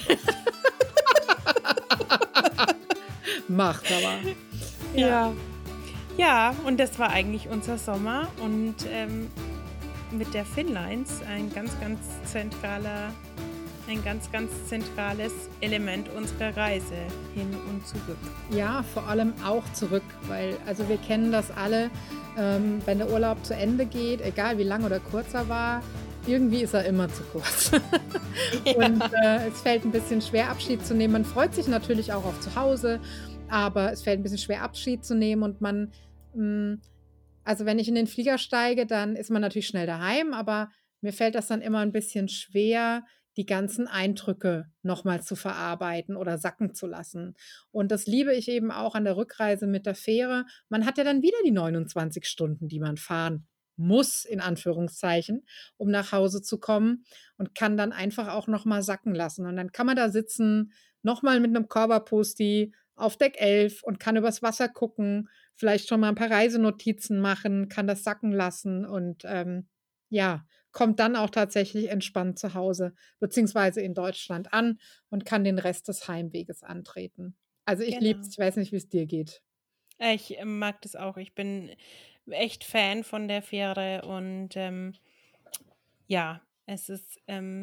Macht aber. Ja, und das war eigentlich unser Sommer und mit der Finnlines ein ganz zentrales Element unserer Reise hin und zurück. Ja, vor allem auch zurück, weil also wir kennen das alle, wenn der Urlaub zu Ende geht, egal wie lang oder kurz er war, irgendwie ist er immer zu kurz. Und es fällt ein bisschen schwer, Abschied zu nehmen. Man freut sich natürlich auch auf zu Hause, aber es fällt ein bisschen schwer, Abschied zu nehmen und also wenn ich in den Flieger steige, dann ist man natürlich schnell daheim, aber mir fällt das dann immer ein bisschen schwer, die ganzen Eindrücke nochmal zu verarbeiten oder sacken zu lassen. Und das liebe ich eben auch an der Rückreise mit der Fähre. Man hat ja dann wieder die 29 Stunden, die man fahren muss, in Anführungszeichen, um nach Hause zu kommen und kann dann einfach auch nochmal sacken lassen. Und dann kann man da sitzen, nochmal mit einem Korba-Posti auf Deck 11 und kann übers Wasser gucken, vielleicht schon mal ein paar Reisenotizen machen, kann das sacken lassen und ja, kommt dann auch tatsächlich entspannt zu Hause beziehungsweise in Deutschland an und kann den Rest des Heimweges antreten. Also ich Genau. lieb's, ich weiß nicht, wie es dir geht. Ich mag das auch. Ich bin echt Fan von der Fähre und ja, es ist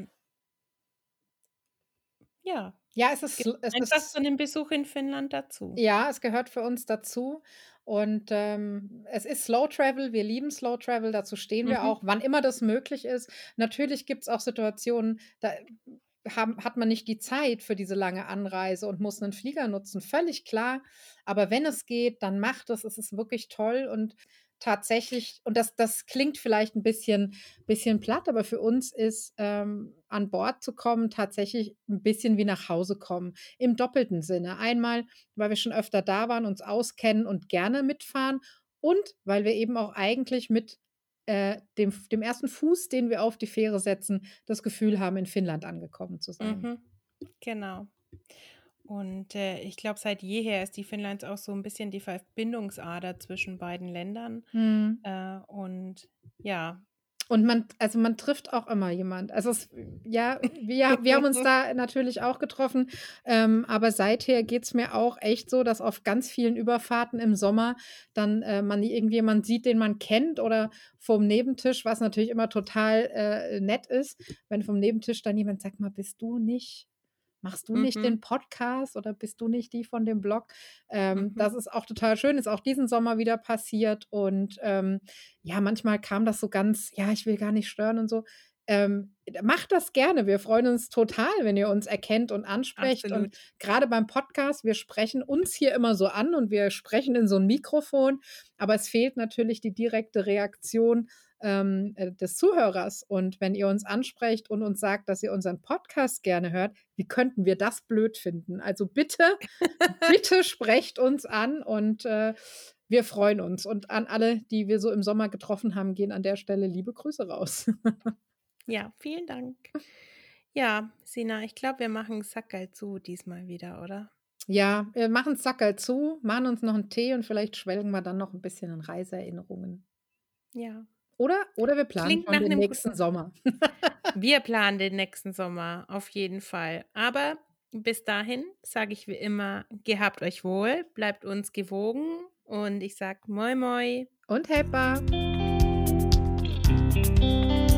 ja, Ja, es ist, gibt es einfach ist so einen Besuch in Finnland dazu. Ja, es gehört für uns dazu. Und es ist Slow Travel. Wir lieben Slow Travel. Dazu stehen wir Mhm. auch, wann immer das möglich ist. Natürlich gibt es auch Situationen, da hat man nicht die Zeit für diese lange Anreise und muss einen Flieger nutzen. Völlig klar. Aber wenn es geht, dann macht es. Es ist wirklich toll und tatsächlich, und das klingt vielleicht ein bisschen platt, aber für uns ist an Bord zu kommen tatsächlich ein bisschen wie nach Hause kommen. Im doppelten Sinne. Einmal, weil wir schon öfter da waren, uns auskennen und gerne mitfahren und weil wir eben auch eigentlich mit dem ersten Fuß, den wir auf die Fähre setzen, das Gefühl haben, in Finnland angekommen zu sein. Mhm. Genau. Und ich glaube, seit jeher ist die Finnland auch so ein bisschen die Verbindungsader zwischen beiden Ländern. Und ja, Und man trifft auch immer jemand. Also wir haben uns da natürlich auch getroffen, aber seither geht es mir auch echt so, dass auf ganz vielen Überfahrten im Sommer dann man irgendjemand sieht, den man kennt oder vom Nebentisch, was natürlich immer total nett ist, wenn vom Nebentisch dann jemand sagt, mal, machst du nicht den Podcast oder bist du nicht die von dem Blog? Das ist auch total schön, ist auch diesen Sommer wieder passiert und ja, manchmal kam das so ganz, ja, ich will gar nicht stören und so. Macht das gerne. Wir freuen uns total, wenn ihr uns erkennt und ansprecht. absolut. Und gerade beim Podcast, wir sprechen uns hier immer so an und wir sprechen in so ein Mikrofon, aber es fehlt natürlich die direkte Reaktion des Zuhörers. Und wenn ihr uns ansprecht und uns sagt, dass ihr unseren Podcast gerne hört, wie könnten wir das blöd finden? Also bitte, bitte sprecht uns an und wir freuen uns. Und an alle, die wir so im Sommer getroffen haben, gehen an der Stelle liebe Grüße raus. Ja, vielen Dank. Ja, Sina, ich glaube, wir machen Sackerl zu diesmal wieder, oder? Ja, wir machen Sackerl zu, machen uns noch einen Tee und vielleicht schwelgen wir dann noch ein bisschen in Reiseerinnerungen. Ja. Oder wir planen Klingt schon nach den einem nächsten guten- Sommer. Wir planen den nächsten Sommer, auf jeden Fall. Aber bis dahin sage ich wie immer, gehabt euch wohl, bleibt uns gewogen und ich sag moi moi. Und Heppa!